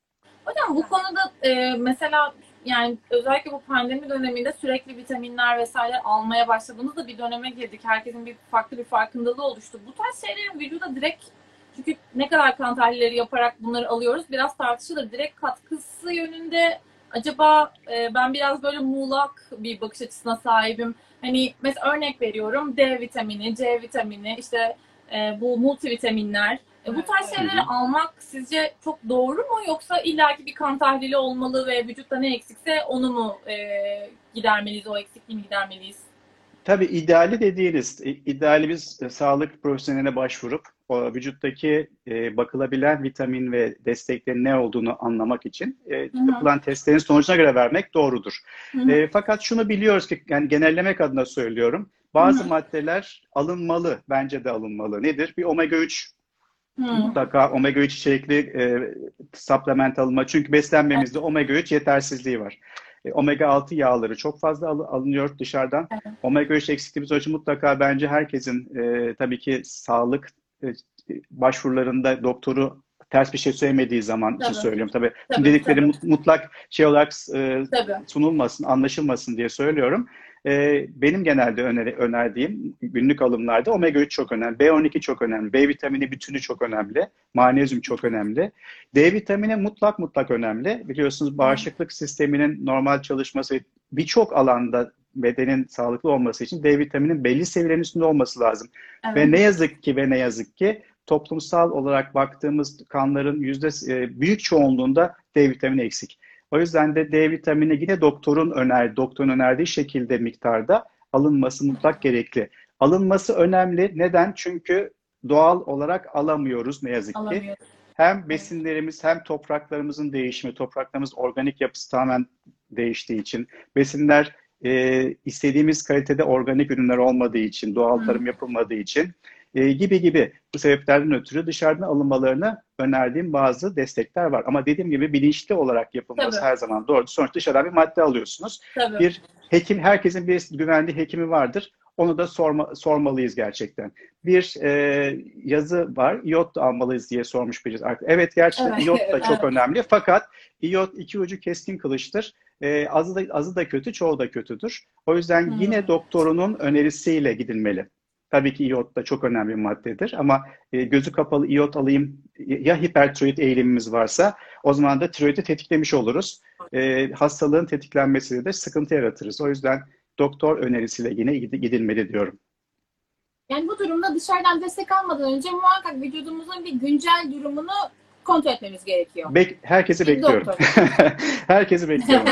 Hocam bu konuda e, mesela yani özellikle bu pandemi döneminde sürekli vitaminler vesaire almaya başladığımızda bir döneme girdik. Herkesin bir farklı bir farkındalığı oluştu. Bu tarz şeylerin vücuda direkt çünkü ne kadar kan tahlilleri yaparak bunları alıyoruz biraz tartışılır. Direkt katkısı yönünde acaba e, ben biraz böyle muğlak bir bakış açısına sahibim. Hani mesela örnek veriyorum D vitamini, C vitamini, işte e, bu multivitaminler. E, bu tarz Hı şeyleri hı. almak sizce çok doğru mu yoksa illaki bir kan tahlili olmalı ve vücutta ne eksikse onu mu e, gidermeliyiz, o eksikliği mi gidermeliyiz? Tabii ideali dediğiniz, i- ideali biz e, sağlık profesyoneline başvurup o vücuttaki e, bakılabilen vitamin ve desteklerin ne olduğunu anlamak için e, Hı hı. yapılan testlerin sonucuna göre vermek doğrudur. Hı hı. E, fakat şunu biliyoruz ki, yani genellemek adına söylüyorum, Hı bazı hı. maddeler alınmalı, bence de alınmalı. Nedir? Bir omega üç Hı. mutlaka omega üç içerikli e, supplement alınma. Çünkü beslenmemizde omega üç yetersizliği var. E, omega altı yağları çok fazla al- alınıyor dışarıdan. Evet. Omega üç eksikliğimiz için mutlaka bence herkesin e, tabii ki sağlık e, başvurularında doktoru ters bir şey söylemediği zaman için Tabii, söylüyorum. Tabii tüm tabii, dedikleri tabii, mut- mutlak şey olarak e, tabii. sunulmasın, anlaşılmasın diye söylüyorum. E, benim genelde öneri, önerdiğim günlük alımlarda omega üç çok önemli. B on iki çok önemli. B vitamini bütünü çok önemli. Manezyum çok önemli. D vitamini mutlak mutlak önemli. Biliyorsunuz Evet. bağışıklık sisteminin normal çalışması birçok alanda bedenin sağlıklı olması için D vitaminin belli seviyelerin üstünde olması lazım. Evet. Ve ne yazık ki ve ne yazık ki toplumsal olarak baktığımız kanların yüzde e, büyük çoğunluğunda D vitamini eksik. O yüzden de D vitamini yine doktorun öner, doktorun önerdiği şekilde miktarda alınması mutlak gerekli. Alınması önemli. Neden? Çünkü doğal olarak alamıyoruz ne yazık ki. Alamıyoruz. Hem Evet. besinlerimiz hem topraklarımızın değişimi, topraklarımız organik yapısı tamamen değiştiği için besinler e, istediğimiz kalitede organik ürünler olmadığı için, doğal Hı. tarım yapılmadığı için e, gibi gibi bu sebeplerden ötürü dışarıdan alınmalarını önerdiğim bazı destekler var. Ama dediğim gibi bilinçli olarak yapılması Tabii. her zaman doğru. Sonuçta dışarıdan bir madde alıyorsunuz. Tabii. Bir hekim, herkesin bir güvendiği hekimi vardır. Onu da sorma, sormalıyız gerçekten. Bir e, yazı var, iyot da almalıyız diye sormuş birisi. Evet, gerçekten Evet, iyot da evet. çok önemli. Fakat iyot iki ucu keskin kılıçtır. E, azı da, azı da kötü, çoğu da kötüdür. O yüzden Hmm. yine doktorunun önerisiyle gidilmeli. Tabii ki iyot da çok önemli bir maddedir ama e, gözü kapalı iyot alayım, ya hipertiroid eğilimimiz varsa o zaman da tiroidi tetiklemiş oluruz. E, hastalığın tetiklenmesiyle de sıkıntı yaratırız. O yüzden doktor önerisiyle yine gidilmeli diyorum. Yani bu durumda dışarıdan destek almadan önce muhakkak vücudumuzun bir güncel durumunu kontrol etmemiz gerekiyor. Bek herkesi Bir bekliyorum. Herkesi bekliyorum.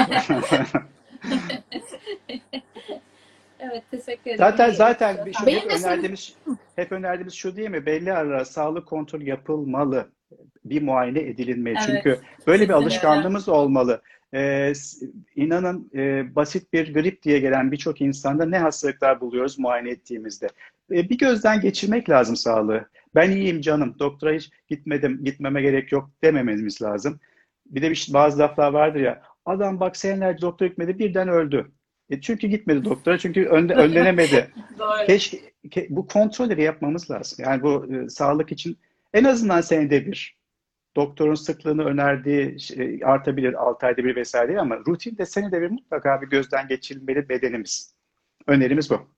Evet, teşekkür ederim. Zaten zaten şu Benim hep de senin- önerdiğimiz hep önerdiğimiz şu değil mi? Belli ara sağlık kontrol yapılmalı. Bir muayene edilinmeli. Evet, Çünkü böyle bir kesinlikle. alışkanlığımız olmalı. Ee, inanın e, basit bir grip diye gelen birçok insanda ne hastalıklar buluyoruz muayene ettiğimizde. E, bir gözden geçirmek lazım sağlığı. Ben iyiyim canım, doktora hiç gitmedim, gitmeme gerek yok demememiz lazım. Bir de bir, bazı laflar vardır ya, adam bak senelerce doktora gitmedi, birden öldü. E çünkü gitmedi doktora, çünkü önde, önlenemedi. Doğru. Keşke ke, bu kontrolleri yapmamız lazım. Yani bu e, sağlık için en azından senede bir. Doktorun sıklığını önerdiği şey, artabilir altı ayda bir vesaire ama rutinde senede bir mutlaka bir gözden geçirilmeli bedenimiz. Önerimiz bu.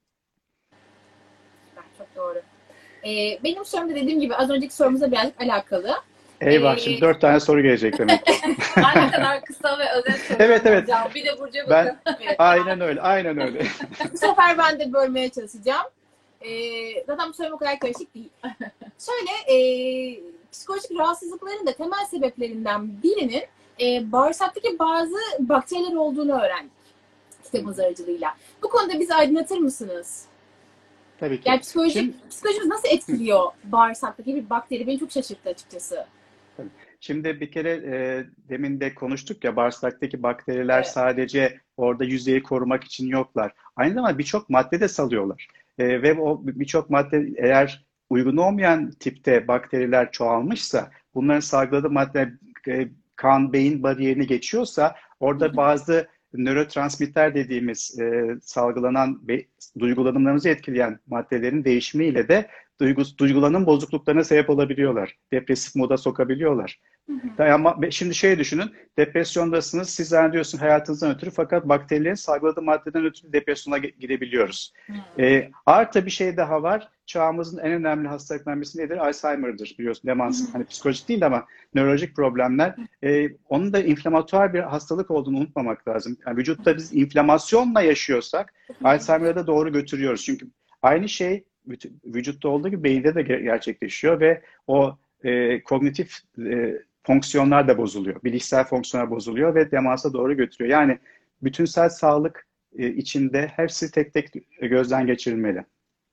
Çok doğru. Ee, benim sorum da dediğim gibi az önceki sorumuza birazcık alakalı. Eyvah, Ee, şimdi dört tane soru gelecek demek. Ben ne kadar kısa ve özet soruyorum Evet, evet. hocam. Bir de Burcu'ya Ben bakın. Evet. aynen öyle, aynen öyle. Bu sefer ben de bölmeye çalışacağım. Ee, zaten bu sorum o kadar karışık değil. Şöyle, e, psikolojik rahatsızlıkların da temel sebeplerinden birinin e, bağırsaktaki bazı bakteriler olduğunu öğrendik kitabımız aracılığıyla. Bu konuda bizi aydınlatır mısınız? Tabii ki. Yani psikolojik, Şimdi, psikolojimiz nasıl etkiliyor bağırsaktaki bir bakteri? Beni çok şaşırttı açıkçası. şimdi bir kere e, demin de konuştuk ya, bağırsaktaki bakteriler Evet. sadece orada yüzeyi korumak için yoklar. Aynı zamanda birçok madde de salıyorlar. E, ve o birçok madde eğer uygun olmayan tipte bakteriler çoğalmışsa, bunların salgıladığı madde e, kan beyin bariyerini geçiyorsa orada bazı nörotransmitter dediğimiz e, salgılanan ve duygulanımlarımızı etkileyen maddelerin değişimiyle de duygu, duygulanım bozukluklarına sebep olabiliyorlar. Depresif moda sokabiliyorlar. Hı hı. Ama şimdi şey düşünün, depresyondasınız, siz zannediyorsun hayatınızdan ötürü, fakat bakterilerin salgıladığı maddeden ötürü depresyona girebiliyoruz. Hı. E, artı bir şey daha var, çağımızın en önemli hastalıklarından birisi nedir? Alzheimer'dır, biliyorsun, demans, hani psikolojik değil ama nörolojik problemler. E, onun da inflamatuar bir hastalık olduğunu unutmamak lazım. Yani vücutta biz inflamasyonla yaşıyorsak Alzheimer'a da doğru götürüyoruz. Çünkü aynı şey vücutta olduğu gibi beyinde de gerçekleşiyor ve o e, kognitif e, fonksiyonlar da bozuluyor. Bilişsel fonksiyonlar bozuluyor ve demansa doğru götürüyor. Yani bütünsel sağlık e, içinde hepsi tek tek gözden geçirilmeli.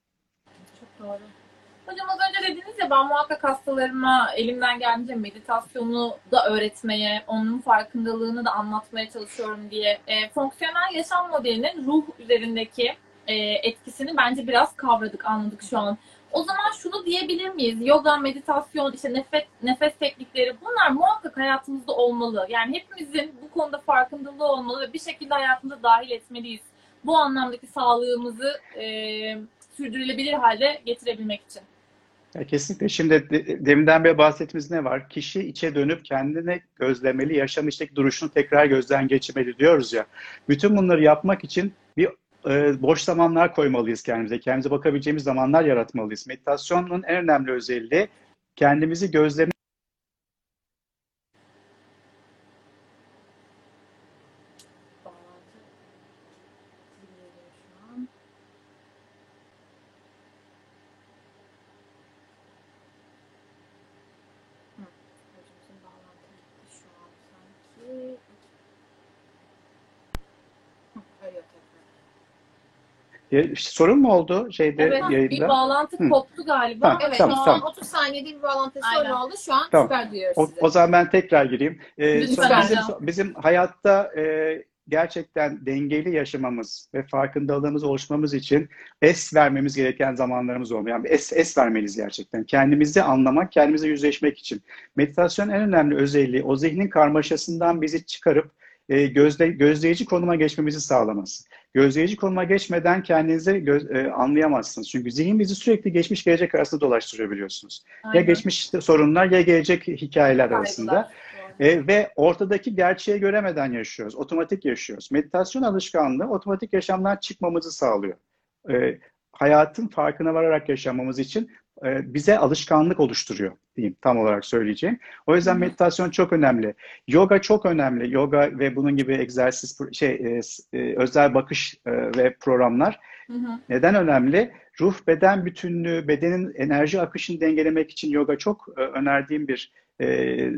Çok doğru. Hocam az önce dediniz ya, ben muhakkak hastalarıma elimden geldiğince meditasyonu da öğretmeye, onun farkındalığını da anlatmaya çalışıyorum diye. E, fonksiyonel yaşam modelinin ruh üzerindeki e, etkisini bence biraz kavradık, anladık şu an. O zaman şunu diyebilir miyiz? Yoga, meditasyon, işte nefes, nefes teknikleri, bunlar muhakkak hayatımızda olmalı. Yani hepimizin bu konuda farkındalığı olmalı ve bir şekilde hayatımıza dahil etmeliyiz. Bu anlamdaki sağlığımızı e, sürdürülebilir hale getirebilmek için. Ya kesinlikle. Şimdi de, deminden beri bahsettiğimiz ne var? Kişi içe dönüp kendine gözlemeli, yaşam içindeki duruşunu tekrar gözden geçirmeli diyoruz ya. Bütün bunları yapmak için bir e, boş zamanlar koymalıyız kendimize. Kendimize bakabileceğimiz zamanlar yaratmalıyız. Meditasyonun en önemli özelliği kendimizi gözlem sorun mu oldu şeyde, Evet, yayında? bir bağlantı Hı. koptu galiba. Ha, Evet, tamam, şu an tamam. otuz saniyede bir bağlantı Aynen. sorunu oldu. Şu an Tamam. süper duyuyoruz O, sizi. o zaman ben tekrar gireyim. Ee, Lütfen sonra bizim, hocam. bizim hayatta e, gerçekten dengeli yaşamamız ve farkındalığımız oluşmamız için es vermemiz gereken zamanlarımız olmuyor. Yani es, es vermeliyiz gerçekten. Kendimizi anlamak, kendimize yüzleşmek için. Meditasyonun en önemli özelliği o zihnin karmaşasından bizi çıkarıp e, gözle, gözleyici konuma geçmemizi sağlaması. Gözleyici konuma geçmeden kendinizi göz, e, anlayamazsınız. Çünkü zihin bizi sürekli geçmiş gelecek arasında dolaştırıyor biliyorsunuz. Aynen. Ya geçmiş sorunlar ya gelecek hikayeler arasında. E, ve ortadaki gerçeği göremeden yaşıyoruz. Otomatik yaşıyoruz. Meditasyon alışkanlığı otomatik yaşamdan çıkmamızı sağlıyor. E, hayatın farkına vararak yaşamamız için e, bize alışkanlık oluşturuyor diyeyim, tam olarak söyleyeceğim. O yüzden Hı-hı. meditasyon çok önemli. Yoga çok önemli. Yoga ve bunun gibi egzersiz, şey, e, e, özel bakış e, ve programlar. Hı-hı. Neden önemli? Ruh beden bütünlüğü, bedenin enerji akışını dengelemek için yoga çok e, önerdiğim bir e, e,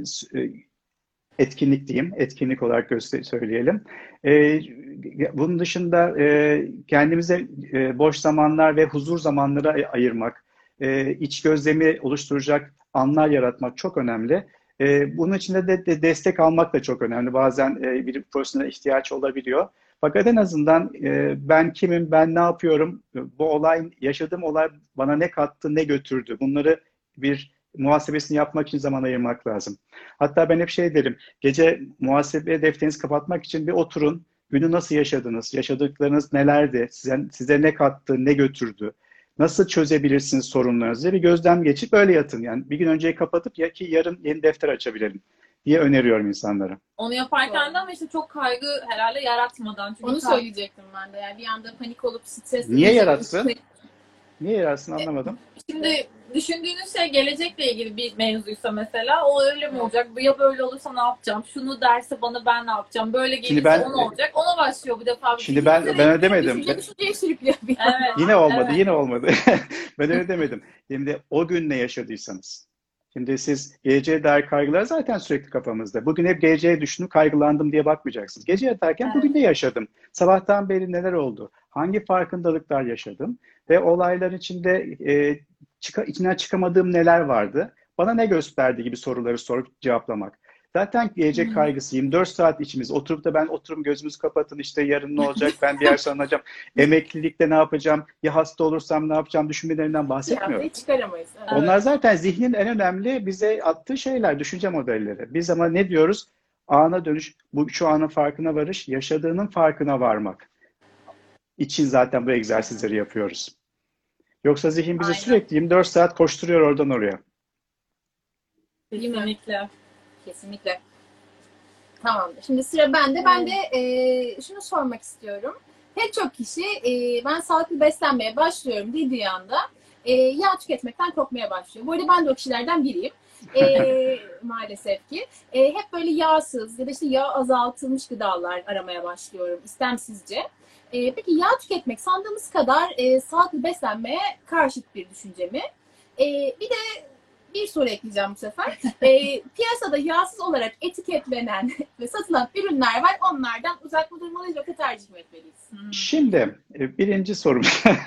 etkinlik diyeyim, etkinlik olarak göster- söyleyelim. Ee, bunun dışında e, kendimize e, boş zamanlar ve huzur zamanları ay- ayırmak, e, iç gözlemi oluşturacak anlar yaratmak çok önemli. E, bunun içinde de, de destek almak da çok önemli. Bazen e, bir profesyonel ihtiyaç olabiliyor. Fakat en azından e, ben kimim, ben ne yapıyorum, bu olay, yaşadığım olay bana ne kattı, ne götürdü, bunları bir muhasebesini yapmak için zaman ayırmak lazım. Hatta ben hep şey derim, gece muhasebe defterinizi kapatmak için bir oturun, günü nasıl yaşadınız, yaşadıklarınız nelerdi, size, size ne kattı, ne götürdü, nasıl çözebilirsiniz sorunlarınızı, bir gözlem geçip öyle yatın. Yani bir gün önceyi kapatıp ya ki yarın yeni defter açabilelim diye öneriyorum insanlara. Onu yaparken de ama işte çok kaygı herhalde yaratmadan. Çünkü Onu kay- söyleyecektim ben de. Yani bir anda panik olup stresli. Niye yaratsın? Niye yaratsın anlamadım. Şimdi düşündüğünüz şey gelecekle ilgili bir mevzuysa mesela o öyle mi olacak? Ya böyle olursa ne yapacağım? Şunu derse bana ben ne yapacağım? Böyle gelirse ben, o ne olacak? Ona başlıyor bu defa. Şimdi ben ben öyle demedim. Ben, evet, yine olmadı, evet. yine olmadı. Ben öyle demedim. Şimdi o gün ne yaşadıysanız. Şimdi siz geleceğe dair kaygılar zaten sürekli kafamızda. Bugün hep geleceğe düşünüp kaygılandım diye bakmayacaksınız. Gece yatarken evet. Bugün ne yaşadım? Sabahtan beri neler oldu? Hangi farkındalıklar yaşadım? Ve olayların içinde e, çıka, içinden çıkamadığım neler vardı? Bana ne gösterdi gibi soruları sorup cevaplamak. Zaten gelecek hmm. kaygısı yirmi dört saat içimiz. Oturup da ben oturum gözümüzü kapatın işte yarın ne olacak? Ben bir yer sonra olacağım. Emeklilikte ne yapacağım? Ya hasta olursam ne yapacağım? Düşünmelerinden bahsetmiyorum. Ya, çıkaramayız. Evet. Onlar zaten zihnin en önemli bize attığı şeyler, düşünce modelleri. Biz ama ne diyoruz? Ana dönüş, bu şu anın farkına varış, yaşadığının farkına varmak için zaten bu egzersizleri yapıyoruz. Yoksa zihin bizi Aynen. sürekli yirmi dört saat koşturuyor oradan oraya. Kesinlikle. Kesinlikle. Tamamdır. Şimdi sıra bende. Ben de e, şunu sormak istiyorum. Pek çok kişi e, ben sağlıklı beslenmeye başlıyorum dediği anda e, yağ tüketmekten korkmaya başlıyor. Bu arada ben de o kişilerden biriyim. E, maalesef ki. E, hep böyle yağsız ya da işte yağ azaltılmış gıdalar aramaya başlıyorum istemsizce. E, peki yağ tüketmek sandığımız kadar e, sağlıklı beslenmeye karşıt bir düşünce mi? E, bir de bir soru ekleyeceğim bu sefer. E, piyasada yağsız olarak etiketlenen ve satılan ürünler var. Onlardan uzak mı durmalıyız yoksa tercih mi etmeliyiz? Hmm. Şimdi birinci sorum.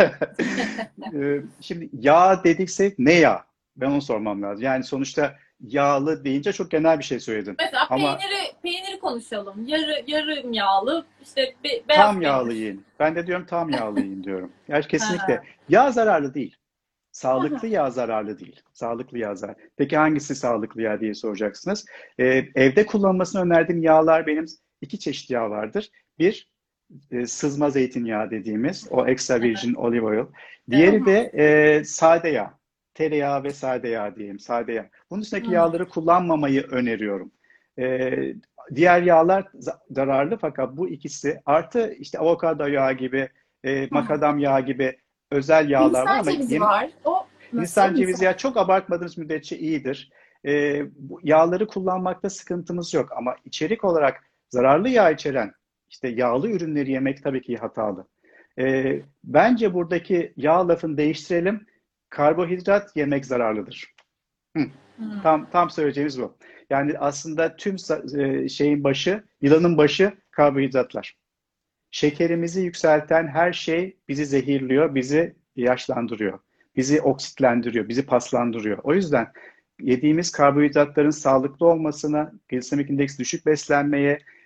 Şimdi yağ dediksek ne yağ? Ben onu sormam lazım. Yani sonuçta yağlı deyince çok genel bir şey söyledin. Mesela Ama peyniri, peyniri konuşalım. Yarı, yarım yağlı, işte be, beyaz tam peynir. yağlı yiyin. Ben de diyorum tam yağlı yiyin diyorum. Yani kesinlikle. Yağ zararlı değil. Sağlıklı yağ zararlı değil. Sağlıklı yağ zararlı. Peki hangisi sağlıklı yağ diye soracaksınız. Ee, evde kullanmasını önerdiğim yağlar benim iki çeşit yağ vardır. Bir, e, sızma zeytinyağı dediğimiz o extra virgin olive oil. Diğeri de e, sade yağ. Tereyağı ve sade yağ diyeyim. Sade yağ. Bunun dışındaki hmm. yağları kullanmamayı öneriyorum. Ee, diğer yağlar zararlı fakat bu ikisi artı işte avokado yağı gibi, e, makadam yağı gibi özel yağlar var ama cevizi var. O Hindistan cevizi yağı çok abartmadığımız müddetçe iyidir. Ee, bu yağları kullanmakta sıkıntımız yok ama içerik olarak zararlı yağ içeren işte yağlı ürünleri yemek tabii ki hatalı. Ee, bence buradaki yağ lafını değiştirelim. Karbohidrat yemek zararlıdır. Hı. Hmm. Tam tam söyleyeceğimiz bu. Yani aslında tüm şeyin başı, yılanın başı karbonhidratlar. Şekerimizi yükselten her şey bizi zehirliyor, bizi yaşlandırıyor, bizi oksitlendiriyor, bizi paslandırıyor. O yüzden yediğimiz karbonhidratların sağlıklı olmasına, glisemik indeks düşük beslenmeye,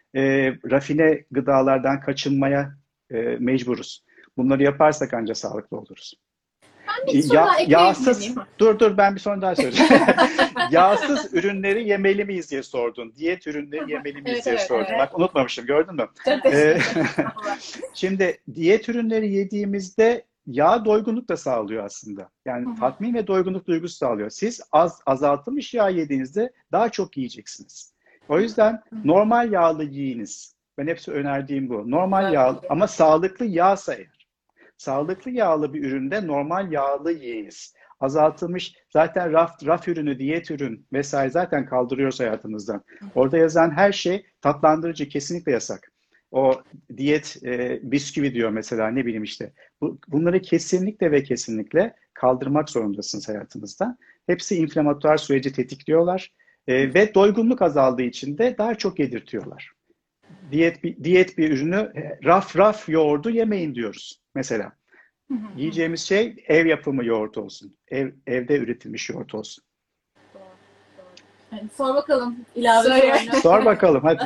e, rafine gıdalardan kaçınmaya e, mecburuz. Bunları yaparsak ancak sağlıklı oluruz. Ben bir soru Ya, daha ekleyebilir yağsız, miyim? dur dur ben bir soru daha söyleyeceğim. Yağsız ürünleri yemeli miyiz diye sordun. Diyet ürünleri yemeli miyiz Evet, diye evet, sordun. evet. Bak unutmamışım, gördün mü? Çok Ee, teşekkür ederim. Şimdi diyet ürünleri yediğimizde yağ doygunluk da sağlıyor aslında. Yani Hı hı. tatmin ve doygunluk duygusu sağlıyor. Siz az azaltılmış yağ yediğinizde daha çok yiyeceksiniz. O yüzden normal yağlı yiyiniz. Ben hepsi önerdiğim bu. Normal Güzel yağ bilgi. ama sağlıklı yağsa eğer. Sağlıklı yağlı bir üründe normal yağlı yiyiniz. Azaltılmış zaten raf, raf ürünü, diyet ürün vesaire zaten kaldırıyoruz hayatımızdan. Orada yazan her şey tatlandırıcı, kesinlikle yasak. O diyet e, bisküvi diyor mesela, ne bileyim işte. Bu, bunları kesinlikle ve kesinlikle kaldırmak zorundasınız hayatınızdan. Hepsi inflamatuar süreci tetikliyorlar e, ve doygunluk azaldığı için de daha çok yedirtiyorlar. Diyet bir, diyet bir ürünü raf raf yoğurdu yemeyin diyoruz mesela. Hı hı. Yiyeceğimiz şey ev yapımı yoğurt olsun. Ev, evde üretilmiş yoğurt olsun. Doğru, doğru. Yani sor bakalım ilave Söyle. sorunu. Sor bakalım hadi.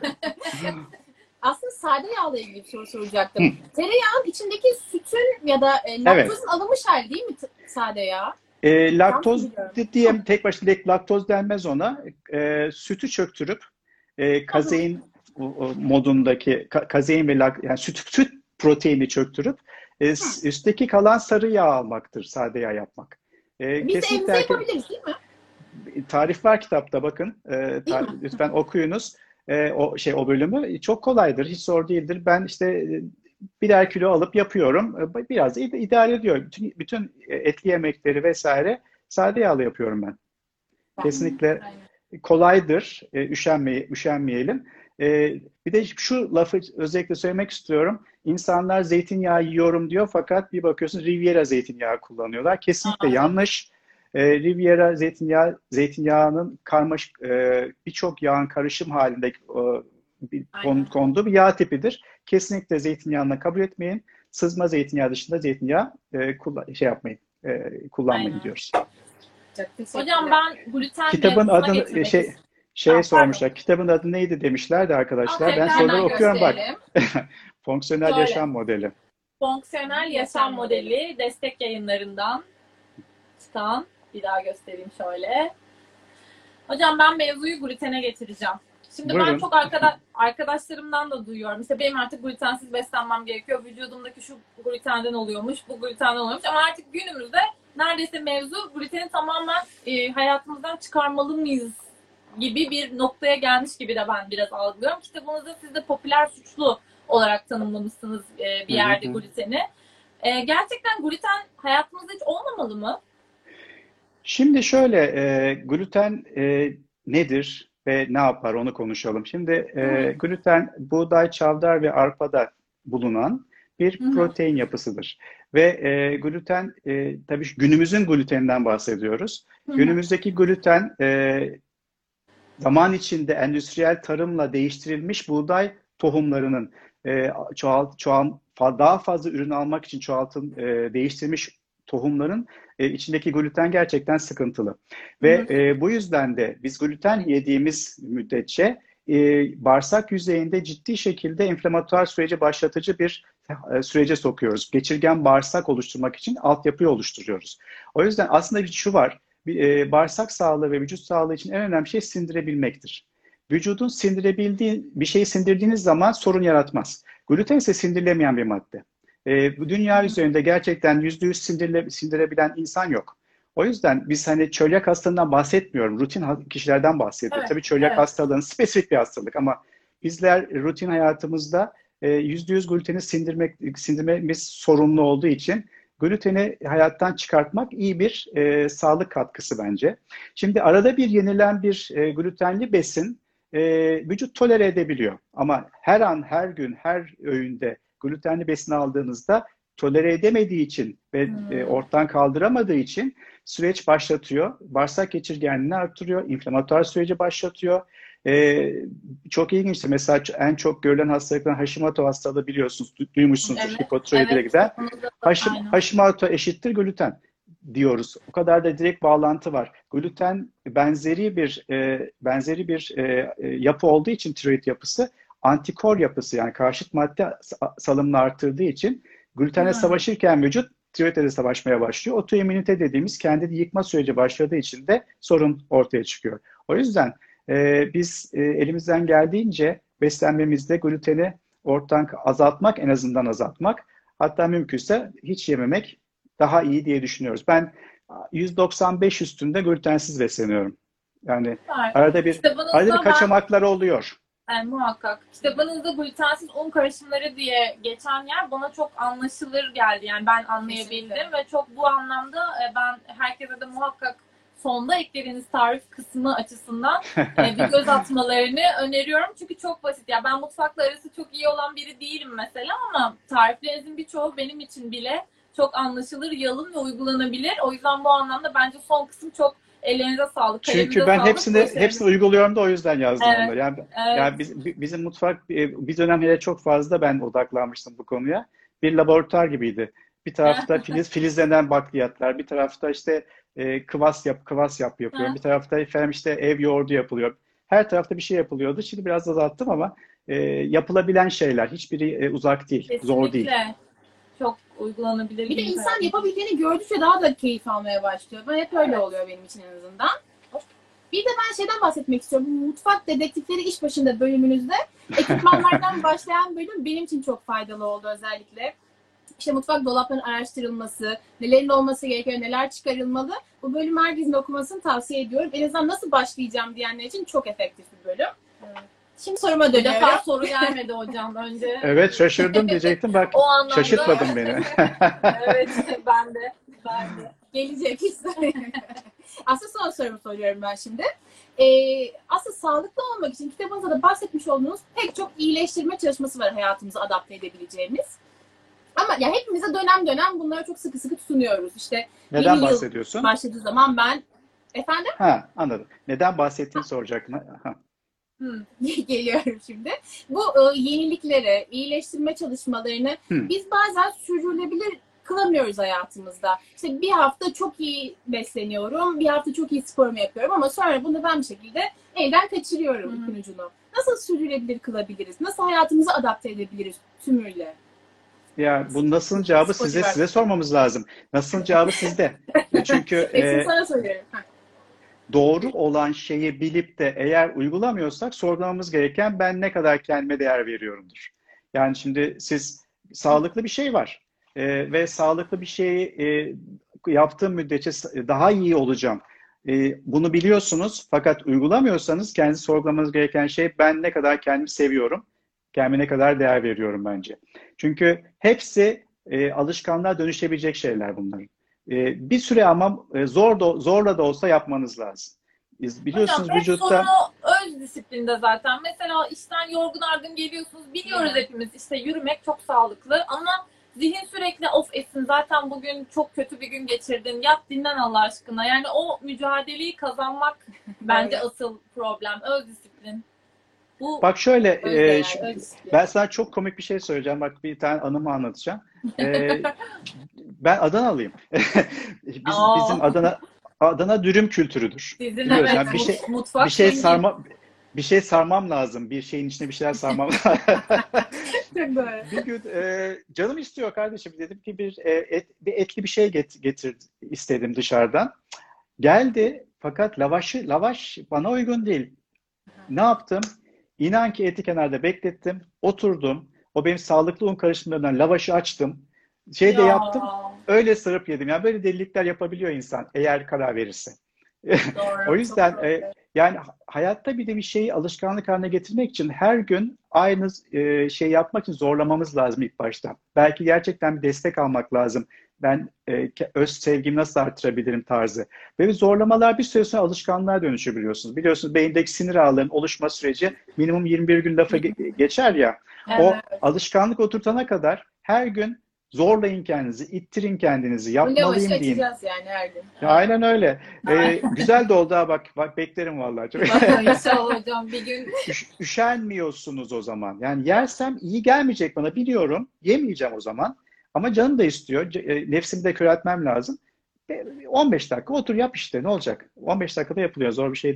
Aslında sade yağla ilgili bir soru soracaktım. Tereyağın içindeki sütün ya da e, laktozun alınmış hali değil mi t- sade yağ? E, laktoz biliyorum. diye tek başına direkt laktoz denmez ona. E, sütü çöktürüp e, kazein o- o modundaki ka- kazein ve lak, yani süt, süt proteini çöktürüp e, s- üstteki kalan sarı yağ almaktır sade yağ yapmak. E, Biz de kesinlikle evimize herke- yapabiliriz değil mi? tarif var kitapta, bakın. E, Değil ta- mi? lütfen okuyunuz. E, o şey o bölümü çok kolaydır, hiç zor değildir. Ben işte e, birer kilo alıp yapıyorum. E, Biraz da ide- idare ediyor. Bütün, bütün etli yemekleri vesaire sade yağla yapıyorum ben. Kesinlikle Aynen. kolaydır. E, üşenmeye, üşenmeyelim. E, bir de şu lafı özellikle söylemek istiyorum. İnsanlar zeytinyağı yiyorum diyor fakat bir bakıyorsun Riviera zeytinyağı kullanıyorlar. Kesinlikle Aa, evet. yanlış. E, Riviera zeytinyağı, zeytinyağının karmaşık e, birçok yağın karışım halinde e, bir, Aynen. konduğu bir yağ tipidir. Kesinlikle zeytinyağını kabul etmeyin. Sızma zeytinyağı dışında zeytinyağı e, kullan, şey yapmayın, e, kullanmayın Aynen. diyoruz. Çok teşekkürler. Hocam ben gluten Kitabın mevzusuna adını getirmek şey istiyorum. şey Ah, sormuşlar. Kitabın adı neydi demişlerdi arkadaşlar. Ben tekrar soruları hemen okuyorum bak. gösterelim. Fonksiyonel Şöyle. yaşam modeli. Fonksiyonel yaşam modeli destek yayınlarından çıkan, bir daha göstereyim şöyle. Hocam ben mevzuyu glutene getireceğim. Şimdi Buyurun. ben çok arkadaş, arkadaşlarımdan da duyuyorum. İşte benim artık glutensiz beslenmem gerekiyor. Vücudumdaki şu glutenden oluyormuş, bu glutenden oluyormuş. Ama artık günümüzde neredeyse mevzu gluteni tamamen e, hayatımızdan çıkarmalı mıyız gibi bir noktaya gelmiş gibi de ben biraz algılıyorum. Kitabınızda siz de popüler suçlu olarak tanımlamışsınız e, bir yerde Hı hı. gluteni. E, gerçekten gluten hayatımızda hiç olmamalı mı? Şimdi şöyle, e, gluten e, nedir ve ne yapar onu konuşalım. Şimdi e, gluten buğday, çavdar ve arpada bulunan bir Hı hı. protein yapısıdır. Ve e, gluten, e, tabii günümüzün gluteninden bahsediyoruz. Hı hı. Günümüzdeki gluten e, zaman içinde endüstriyel tarımla değiştirilmiş buğday tohumlarının e, çoğalt, çoğal, daha fazla ürün almak için çoğaltın e, değiştirilmiş tohumların e, içindeki gluten gerçekten sıkıntılı. Ve Hı hı. e, bu yüzden de biz gluten yediğimiz müddetçe e, bağırsak yüzeyinde ciddi şekilde inflamatuar süreci başlatıcı bir e, sürece sokuyoruz. Geçirgen bağırsak oluşturmak için altyapıyı oluşturuyoruz. O yüzden aslında bir şu var. Bir, e, bağırsak sağlığı ve vücut sağlığı için en önemli şey sindirebilmektir. Vücudun sindirebildiği bir şeyi sindirdiğiniz zaman sorun yaratmaz. Gluten ise sindirilemeyen bir madde. E, bu dünya üzerinde gerçekten yüzde yüz sindirile, sindirebilen insan yok. O yüzden biz hani çölyak hastalığından bahsetmiyorum. Rutin kişilerden bahsediyoruz. Evet, Tabii çölyak evet. hastalığın spesifik bir hastalık ama bizler rutin hayatımızda e, yüzde yüz gluteni sindirmek, sindirmemiz sorunlu olduğu için gluteni hayattan çıkartmak iyi bir e, sağlık katkısı bence. Şimdi arada bir yenilen bir e, glutenli besin e, vücut tolere edebiliyor. Ama her an, her gün, her öğünde glutenli besin aldığınızda tolere edemediği için ve Hmm. e, ortadan kaldıramadığı için süreç başlatıyor. Bağırsak geçirgenliğini artırıyor, inflamatuar süreci başlatıyor. Ee, çok ilginçtir. Mesela en çok görülen hastalıklar Hashimoto hastalığı biliyorsunuz, du- duymuşsunuzdur. Evet, Hipotiroidine evet. giden. Kitabınızda da Hashim, aynen. Hashimoto eşittir gluten diyoruz. O kadar da direkt bağlantı var. Gluten benzeri bir e, benzeri bir e, e, yapı olduğu için tiroid yapısı antikor yapısı yani karşıt madde salımını arttırdığı için glutenle Hmm. savaşırken vücut tiroidle de savaşmaya başlıyor. Otoimmünite dediğimiz kendini yıkma süreci başladığı için de sorun ortaya çıkıyor. O yüzden e, biz e, elimizden geldiğince beslenmemizde gluteni ortadan azaltmak, en azından azaltmak, hatta mümkünse hiç yememek daha iyi diye düşünüyoruz. Ben yüz doksan beş üstünde glutensiz besleniyorum. Yani Süper. arada bir Kitabınızda arada bir ben kaçamaklar oluyor. Yani muhakkak. Kitabınızda glutensiz un karışımları diye geçen yer bana çok anlaşılır geldi. Yani ben anlayabildim Kesinlikle. ve çok bu anlamda e, ben herkese de muhakkak sonda eklediğiniz tarif kısmı açısından e, bir göz atmalarını öneriyorum. Çünkü çok basit. Ya ben mutfakla arası çok iyi olan biri değilim mesela ama tariflerinizin birçoğu benim için bile çok anlaşılır, yalın ve uygulanabilir. O yüzden bu anlamda bence son kısım çok ellerinize sağlık, Çünkü kalemize ben sağlık. hepsini Başarılı. hepsini uyguluyorum da o yüzden yazdım Evet, onları. Yani, evet. yani biz, bi- bizim mutfak e, bir dönem hele çok fazla ben odaklanmıştım bu konuya. Bir laboratuvar gibiydi. Bir tarafta filiz filizlenen bakliyatlar, bir tarafta işte e, kıvas yap kıvas yap yapıyorum. Bir tarafta efendim işte ev yoğurdu yapılıyor. Her tarafta bir şey yapılıyordu. Şimdi biraz azalttım ama e, yapılabilen şeyler. Hiçbiri e, uzak değil, zor değil. Kesinlikle. Çok uygulanabilir. Bir de bir insan tarif. yapabildiğini gördükçe daha da keyif almaya başlıyor. Ben hep öyle oluyor benim için en azından. Bir de ben şeyden bahsetmek istiyorum. Bu Mutfak Dedektifleri iş başında bölümünüzde ekipmanlardan başlayan bölüm benim için çok faydalı oldu özellikle. İşte mutfak dolaplarının araştırılması, nelerin olması gerekiyor, neler çıkarılmalı. Bu bölümü herkesin okumasını tavsiye ediyorum. En azından nasıl başlayacağım diyenler için çok efektif bir bölüm. Evet. Şimdi soruma Bir dönüyorum. defa soru gelmedi hocam önce. Evet, şaşırdım diyecektim. Bak, O anlamda. şaşırtmadın beni. Evet, ben de. Ben de. Gelecek hiç sorun. Aslında son sorumu soruyorum ben şimdi. Ee, aslında sağlıklı olmak için kitabınızda da bahsetmiş olduğunuz pek çok iyileştirme çalışması var hayatımıza adapte edebileceğimiz. Ama ya hepimize dönem dönem bunları çok sıkı sıkı tutunuyoruz. İşte Neden yeni yıl bahsediyorsun? başladığı zaman ben efendim Ha, anladım. Neden bahsettiğini soracaktım. Ha. Hı. geliyorum şimdi. Bu e, yeniliklere, iyileştirme çalışmalarını Hı. biz bazen sürdürülebilir kılamıyoruz hayatımızda. İşte bir hafta çok iyi besleniyorum, bir hafta çok iyi sporumu yapıyorum ama sonra bunu ben bir şekilde elden kaçırıyorum Hı. ipin ucunu. Nasıl sürdürülebilir kılabiliriz? Nasıl hayatımızı adapte edebiliriz tümüyle? Ya bu nasılın cevabı size Spotify. size sormamız lazım. Nasılın cevabı sizde. E çünkü Hepsini e, sana soruyorum. Heh. doğru olan şeyi bilip de eğer uygulamıyorsak sorgulamamız gereken ben ne kadar kendime değer veriyorumdur. Yani şimdi siz sağlıklı bir şey var E, ve sağlıklı bir şeyi e, yaptığım müddetçe daha iyi olacağım. E, bunu biliyorsunuz fakat uygulamıyorsanız kendinizi sorgulamanız gereken şey ben ne kadar kendimi seviyorum, kendime ne kadar değer veriyorum bence. Çünkü hepsi e, alışkanlığa dönüşebilecek şeyler bunların. E, bir süre ama e, zor da, zorla da olsa yapmanız lazım. Biz biliyorsunuz Hocam hep vücutta sorunu öz disiplinde zaten. Mesela işten yorgun argın geliyorsunuz. Biliyoruz hepimiz işte yürümek çok sağlıklı ama zihin sürekli of etsin zaten bugün çok kötü bir gün geçirdin. Yat dinlen Allah aşkına. Yani o mücadeleyi kazanmak bence Evet. asıl problem. Öz disiplin. Bu bak şöyle Öz e, değer, şu- öz disiplin. ben sana çok komik bir şey söyleyeceğim. Bak bir tane anımı anlatacağım. E, ben Adanalıyım. Biz, Aa. bizim Adana Adana dürüm kültürüdür. sizin Biliyorsun evet yani bir şey mutfak bir şey zengin. sarma bir şey sarmam lazım. Bir şeyin içine bir şeyler sarmam lazım. Çok doğru. Bir gün e, canım istiyor kardeşim dedim ki bir e, et, bir etli bir şey get, getir istedim dışarıdan. Geldi fakat lavaşı lavaş bana uygun değil. Ne yaptım? İnan ki eti kenarda beklettim. Oturdum. O benim sağlıklı un karışımlarından lavaşı açtım. Şey de Ya, yaptım. Öyle sarıp yedim. Yani böyle delilikler yapabiliyor insan eğer karar verirse. doğru, O yüzden çok e, doğru. yani hayatta bir de bir şeyi alışkanlık haline getirmek için her gün aynı e, şey yapmak için zorlamamız lazım ilk başta. Belki gerçekten bir destek almak lazım. Ben e, ke- öz sevgimi nasıl artırabilirim tarzı. Ve bu zorlamalar bir süre sonra alışkanlığa dönüşür biliyorsunuz. Biliyorsunuz beyindeki sinir ağlarının oluşma süreci minimum yirmi bir gün lafa ge- geçer ya. O Evet. alışkanlık oturtana kadar her gün zorlayın kendinizi, ittirin kendinizi, Bu lavaşı yapmalıyım deyin. açacağız yani her gün. Ya aynen öyle. Ee, güzel de oldu ha bak, bak beklerim vallahi. Çok. İnşallah hocam bir gün Üş- üşenmiyorsunuz o zaman. Yani yersem iyi gelmeyecek bana biliyorum. Yemeyeceğim o zaman. Ama canım da istiyor. C- e, Nefsimi de köreltmem lazım. E, on beş dakika otur yap işte ne olacak? on beş dakikada yapılıyor zor bir şey değil.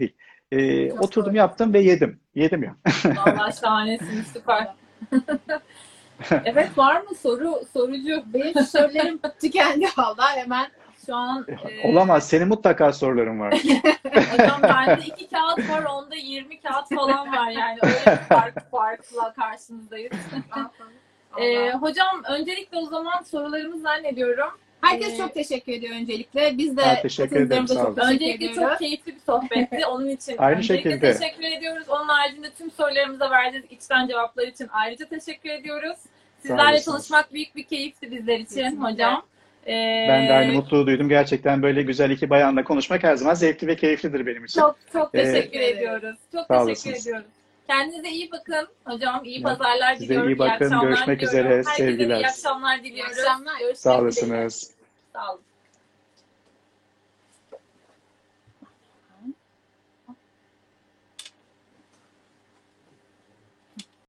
E, Çok oturdum doğru. yaptım ve yedim. Yedim ya. Vallahi şahanesiniz, süper. Evet, var mı soru, sorucu? Benim sorularım tükendi valla. Hemen Şu an e, Olamaz. Senin mutlaka soruların var. hocam bende iki kağıt var, onda yirmi kağıt falan var yani. Öyle bir fark, farkla karşınızdayız. E, hocam öncelikle o zaman sorularımı zannediyorum. Herkes Ee, çok teşekkür ediyor öncelikle. Biz de Ha, teşekkür ederim, katılımcılarımıza sağ çok olun. teşekkür Öncelikle ediyoruz. çok keyifli bir sohbetti. Onun için Aynı öncelikle şekilde. teşekkür ediyoruz. Onun haricinde tüm sorularımıza verdiğiniz içten cevaplar için ayrıca teşekkür ediyoruz. Sizlerle olasınız. çalışmak büyük bir keyifti bizler için Kesinlikle. hocam. Ee, Ben de aynı mutluluğu duydum. Gerçekten böyle güzel iki bayanla konuşmak her zaman zevkli ve keyiflidir benim için. Çok çok Ee, teşekkür ediyoruz. Çok sağ teşekkür olasınız. ediyoruz. Kendinize iyi bakın hocam. İyi Evet, pazarlar size diliyorum. iyi bakın. akşamlar Görüşmek diliyorum. üzere. Herkese Sevgiler. iyi akşamlar İyi diliyoruz. akşamlar. Görüşmek Sağ dileğiyle. olasınız. Sağ olun.